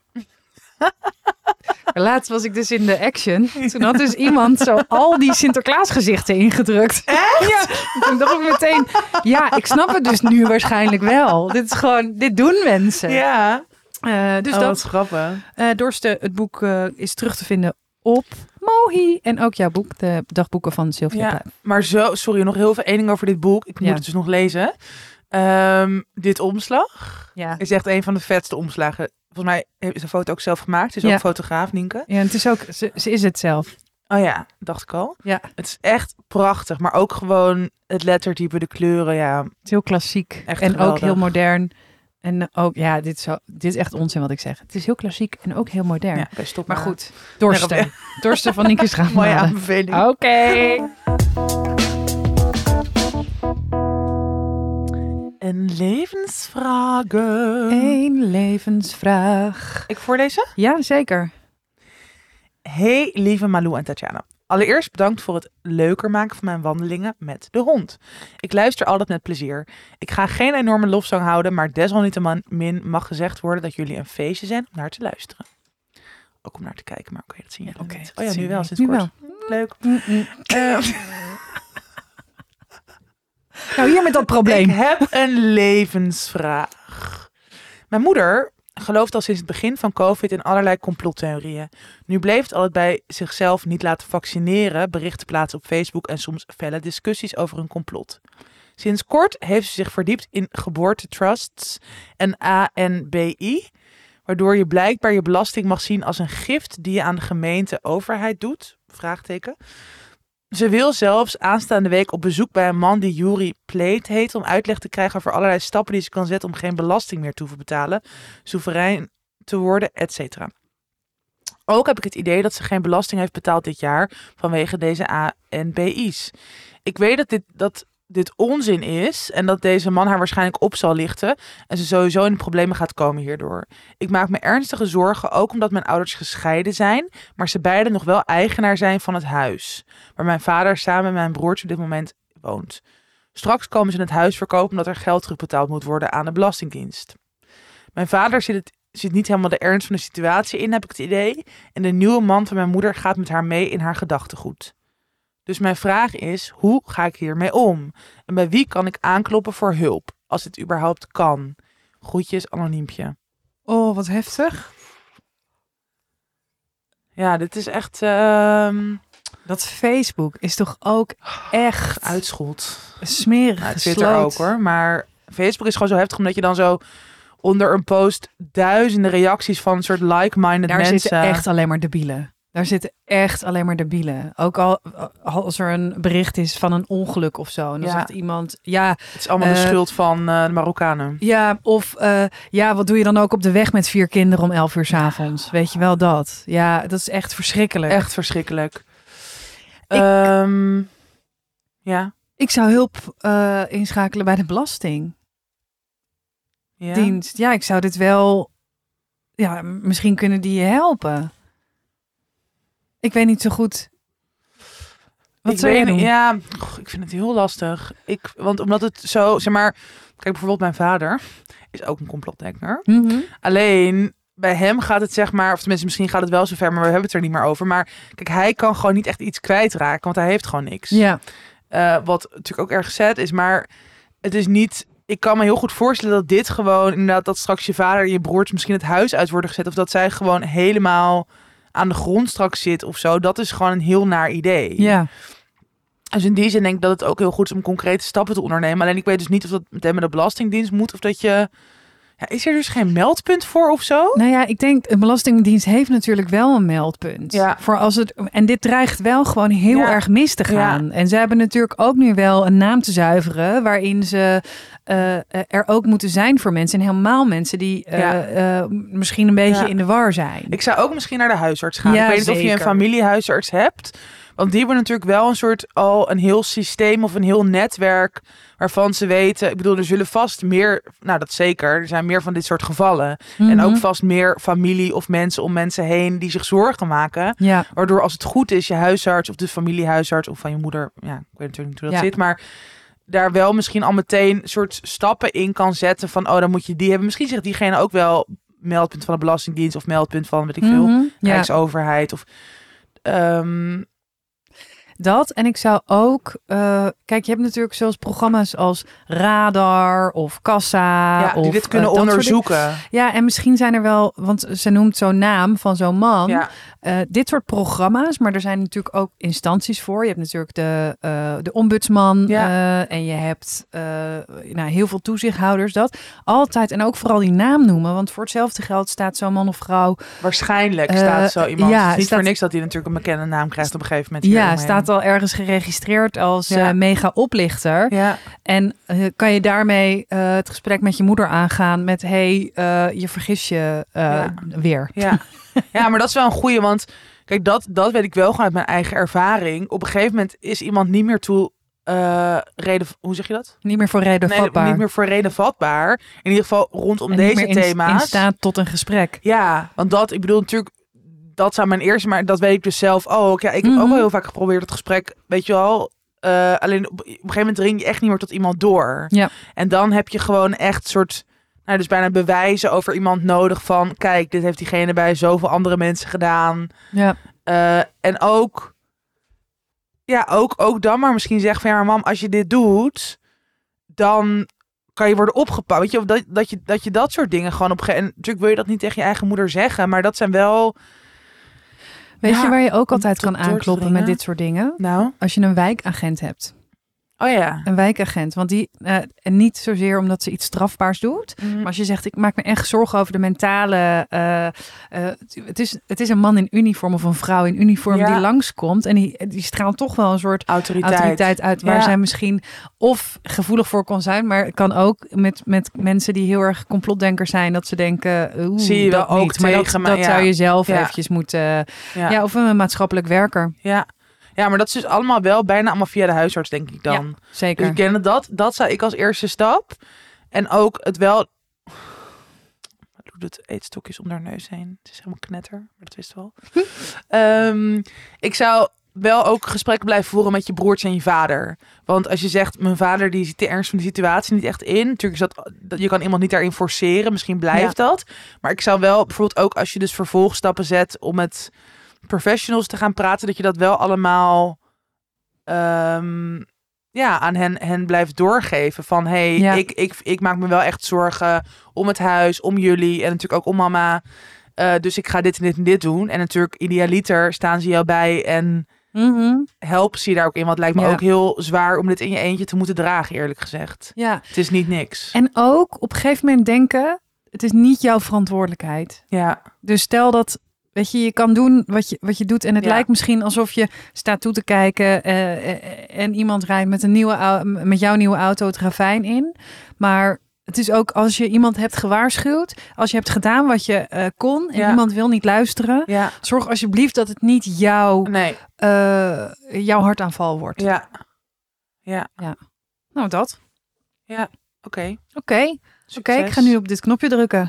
Laatst was ik dus in de Action. Toen had dus iemand zo al die Sinterklaas gezichten ingedrukt. Echt? Ja, toen dacht ik meteen, ik snap het dus nu waarschijnlijk wel. Dit is gewoon, dit doen mensen. Ja. Dus dat is grappig. Dorsten, het boek is terug te vinden op Mohi. En ook jouw boek, de dagboeken van Sylvia Plath. Maar sorry, nog heel veel één ding over dit boek. Ik moet het dus nog lezen. Dit omslag is echt een van de vetste omslagen. Volgens mij is de foto ook zelf gemaakt. Ze is ook fotograaf, Nienke. Ja, het is ook, ze is het zelf. Oh ja, dacht ik al. Ja. Het is echt prachtig. Maar ook gewoon het lettertype, de kleuren. Ja. Het is heel klassiek. Echt en geweldig. Ook heel modern. En ook, dit is echt onzin wat ik zeg. Het is heel klassiek en ook heel modern. Ja, okay, stop maar goed, Dorsten. Dorsten van Nienke Schravemade. Mooie aanbeveling. Oké. Een levensvragen. Eén levensvraag. Ik voorlezen? Ja, zeker. Hey lieve Malou en Tatjana. Allereerst bedankt voor het leuker maken van mijn wandelingen met de hond. Ik luister altijd met plezier. Ik ga geen enorme lofzang houden, maar desalniettemin mag gezegd worden dat jullie een feestje zijn om naar te luisteren. Ook om naar te kijken, maar oké, dat zie je niet. Oh ja, nu wel, sinds kort. Leuk. Nou, hier met dat probleem. Ik heb een levensvraag. Mijn moeder gelooft al sinds het begin van COVID in allerlei complottheorieën. Nu bleef het altijd bij zichzelf niet laten vaccineren, berichten plaatsen op Facebook en soms felle discussies over een complot. Sinds kort heeft ze zich verdiept in geboortetrusts en ANBI, waardoor je blijkbaar je belasting mag zien als een gift die je aan de gemeente overheid doet. Vraagteken. Ze wil zelfs aanstaande week op bezoek bij een man die Yuri Plate heet... om uitleg te krijgen over allerlei stappen die ze kan zetten... om geen belasting meer te hoeven betalen, soeverein te worden, etc. Ook heb ik het idee dat ze geen belasting heeft betaald dit jaar... vanwege deze ANBI's. Ik weet dat dit onzin is en dat deze man haar waarschijnlijk op zal lichten... en ze sowieso in de problemen gaat komen hierdoor. Ik maak me ernstige zorgen, ook omdat mijn ouders gescheiden zijn... maar ze beiden nog wel eigenaar zijn van het huis... waar mijn vader samen met mijn broertje op dit moment woont. Straks komen ze het huis verkopen omdat er geld terugbetaald moet worden aan de Belastingdienst. Mijn vader ziet niet helemaal de ernst van de situatie in, heb ik het idee... en de nieuwe man van mijn moeder gaat met haar mee in haar gedachtegoed. Dus mijn vraag is, hoe ga ik hiermee om? En bij wie kan ik aankloppen voor hulp? Als het überhaupt kan. Groetjes, Anoniempje. Oh, wat heftig. Ja, dit is echt... Dat Facebook is toch ook echt Uitschot. smerig Nou, gesloten. Twitter ook hoor. Maar Facebook is gewoon zo heftig omdat je dan zo onder een post duizenden reacties van een soort like-minded Daar mensen... zitten echt alleen maar debielen. Daar zitten echt alleen maar debielen. Ook al als er een bericht is van een ongeluk of zo. En dan zegt iemand, ja... Het is allemaal de schuld van de Marokkanen. Ja, of wat doe je dan ook op de weg met 4 kinderen om 11 uur 's avonds? Weet je wel dat? Ja, dat is echt verschrikkelijk. Echt verschrikkelijk. Ik zou hulp inschakelen bij de Belastingdienst. Ja, ik zou dit wel... Ja, misschien kunnen die je helpen. Ik weet niet zo goed. Wat zou jij doen? Ja, ik vind het heel lastig. Want omdat het zo, zeg maar... Kijk, bijvoorbeeld mijn vader is ook een complotdenker. Mm-hmm. Alleen, bij hem gaat het zeg maar... Of tenminste, misschien gaat het wel zover, maar we hebben het er niet meer over. Maar kijk, hij kan gewoon niet echt iets kwijtraken. Want hij heeft gewoon niks. Ja. Wat natuurlijk ook erg sad is. Maar het is niet... Ik kan me heel goed voorstellen dat dit gewoon... Inderdaad, dat straks je vader en je broertjes misschien het huis uit worden gezet. Of dat zij gewoon helemaal aan de grond straks zit of zo. Dat is gewoon een heel naar idee. Ja. Dus in die zin denk ik dat het ook heel goed is om concrete stappen te ondernemen. Alleen ik weet dus niet of dat meteen met de Belastingdienst moet. Of dat je... Ja, is er dus geen meldpunt voor of zo? Nou ja, ik denk, een Belastingdienst heeft natuurlijk wel een meldpunt. Ja. Voor als het, en dit dreigt wel gewoon heel erg mis te gaan. Ja. En ze hebben natuurlijk ook nu wel een naam te zuiveren... waarin ze er ook moeten zijn voor mensen. En helemaal mensen die misschien een beetje in de war zijn. Ik zou ook misschien naar de huisarts gaan. Ja, ik weet niet of je een zeker. familiehuisarts hebt. Want die hebben natuurlijk wel een soort al een heel systeem of een heel netwerk waarvan ze weten. Ik bedoel, er zullen vast meer, nou dat zeker, er zijn meer van dit soort gevallen. En ook vast meer familie of mensen om mensen heen die zich zorgen maken. Ja. Waardoor als het goed is, je huisarts of de familiehuisarts of van je moeder, ja, ik weet natuurlijk niet hoe dat zit, maar daar wel misschien al meteen soort stappen in kan zetten van, oh, dan moet je die hebben. Misschien zegt diegene ook wel meldpunt van de Belastingdienst of meldpunt van, weet ik veel, Rijksoverheid of... Dat. En ik zou ook... kijk, je hebt natuurlijk zoals programma's als Radar of Kassa. Ja, die of, dit kunnen dat soort onderzoeken. Ja, en misschien zijn er wel... Want ze noemt zo'n naam van zo'n man. Ja. Dit soort programma's. Maar er zijn natuurlijk ook instanties voor. Je hebt natuurlijk de ombudsman. Ja. En je hebt heel veel toezichthouders. Dat altijd. En ook vooral die naam noemen. Want voor hetzelfde geld staat zo'n man of vrouw... Waarschijnlijk staat zo iemand. ja, Het is niet staat- voor niks dat hij natuurlijk een bekende naam krijgt op een gegeven moment. Ja, staat al ergens geregistreerd als mega oplichter. Ja. En kan je daarmee het gesprek met je moeder aangaan met... je vergis je weer. Ja. Ja, maar dat is wel een goeie, want kijk, dat weet ik wel gewoon uit mijn eigen ervaring. Op een gegeven moment is iemand niet meer toe reden... Hoe zeg je dat? Niet meer voor reden vatbaar. Niet meer voor reden vatbaar. In ieder geval rondom En deze niet meer thema's. in staat tot een gesprek. Ja, want dat, ik bedoel natuurlijk... Dat zou mijn eerste, maar dat weet ik dus zelf ook. Ja, ik heb ook wel heel vaak geprobeerd het gesprek, weet je wel. Alleen op een gegeven moment dring je echt niet meer tot iemand door. Ja. En dan heb je gewoon echt soort, nou dus bijna bewijzen over iemand nodig van, kijk, dit heeft diegene bij zoveel andere mensen gedaan. Ja. En ook, ja, ook dan maar misschien zeggen van, ja, maar mam, als je dit doet, dan kan je worden opgepakt. Weet je, of dat je dat soort dingen gewoon op en natuurlijk wil je dat niet tegen je eigen moeder zeggen, maar dat zijn wel... Weet je waar je ook altijd door kan te aankloppen dringen. met dit soort dingen? Nou? Als je een wijkagent hebt. Oh ja. Een wijkagent. Want die, en niet zozeer omdat ze iets strafbaars doet. Maar als je zegt, ik maak me echt zorgen over de mentale... het is een man in uniform of een vrouw in uniform die langskomt. En die straalt toch wel een soort autoriteit uit. Waar zij misschien of gevoelig voor kan zijn. Maar het kan ook met mensen die heel erg complotdenkers zijn. Dat ze denken, zie je wel ook niet. Maar dat zou je zelf eventjes moeten... of een maatschappelijk werker. Ja. Ja, maar dat is dus allemaal wel bijna allemaal via de huisarts, denk ik dan. Ja, zeker. Dus ik ken dat zou ik als eerste stap. En ook het wel... Doe het eetstokjes om haar neus heen. Het is helemaal knetter, maar dat wist wel. Ik zou wel ook gesprekken blijven voeren met je broertje en je vader. Want als je zegt, mijn vader die ziet de ernst van de situatie niet echt in. Natuurlijk is dat je kan iemand niet daarin forceren. Misschien blijft dat. Maar ik zou wel bijvoorbeeld ook als je dus vervolgstappen zet om met professionals te gaan praten, dat je dat wel allemaal aan hen blijft doorgeven. Van ik maak me wel echt zorgen om het huis, om jullie en natuurlijk ook om mama. Dus ik ga dit en dit en dit doen. En natuurlijk idealiter staan ze jou bij en helpen ze je daar ook in. Want het lijkt me ook heel zwaar om dit in je eentje te moeten dragen, eerlijk gezegd. Ja. Het is niet niks. En ook op een gegeven moment denken, het is niet jouw verantwoordelijkheid. Ja. Dus stel dat, weet je kan doen wat je doet. En het lijkt misschien alsof je staat toe te kijken en iemand rijdt met jouw nieuwe auto het ravijn in. Maar het is ook als je iemand hebt gewaarschuwd, als je hebt gedaan wat je kon en iemand wil niet luisteren, zorg alsjeblieft dat het niet jouw hartaanval wordt. Ja. Nou, dat. Ja, oké. Oké, ik ga nu op dit knopje drukken.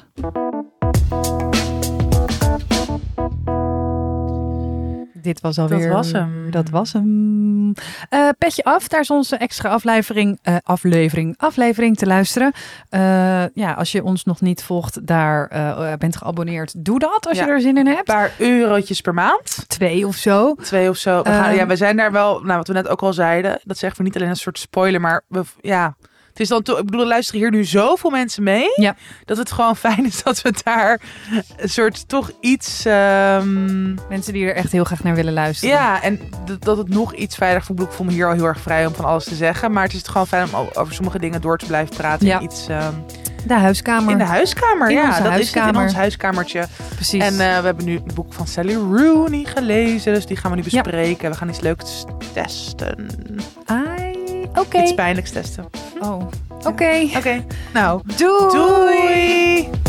Dit was alweer... Dat was hem. Petje af, daar is onze extra aflevering te luisteren. Als je ons nog niet volgt, daar bent geabonneerd. Doe dat als je er zin in hebt. Een paar eurotjes per maand. 2 of zo. We zijn daar wel, wat we net ook al zeiden. Dat zeggen we niet alleen een soort spoiler, maar het is dan toch, ik bedoel, er luisteren hier nu zoveel mensen mee. Ja. Dat het gewoon fijn is dat we daar een soort toch iets... Mensen die er echt heel graag naar willen luisteren. Ja, en dat het nog iets veiliger voelt. Ik voel me hier al heel erg vrij om van alles te zeggen. Maar het is gewoon fijn om over sommige dingen door te blijven praten. Ja. De huiskamer. In de huiskamer, dat is het, in ons huiskamertje. Precies. En we hebben nu het boek van Sally Rooney gelezen. Dus die gaan we nu bespreken. Ja. We gaan iets leuks testen. Oké. Iets pijnlijks testen. Oh, oké. Nou, doei!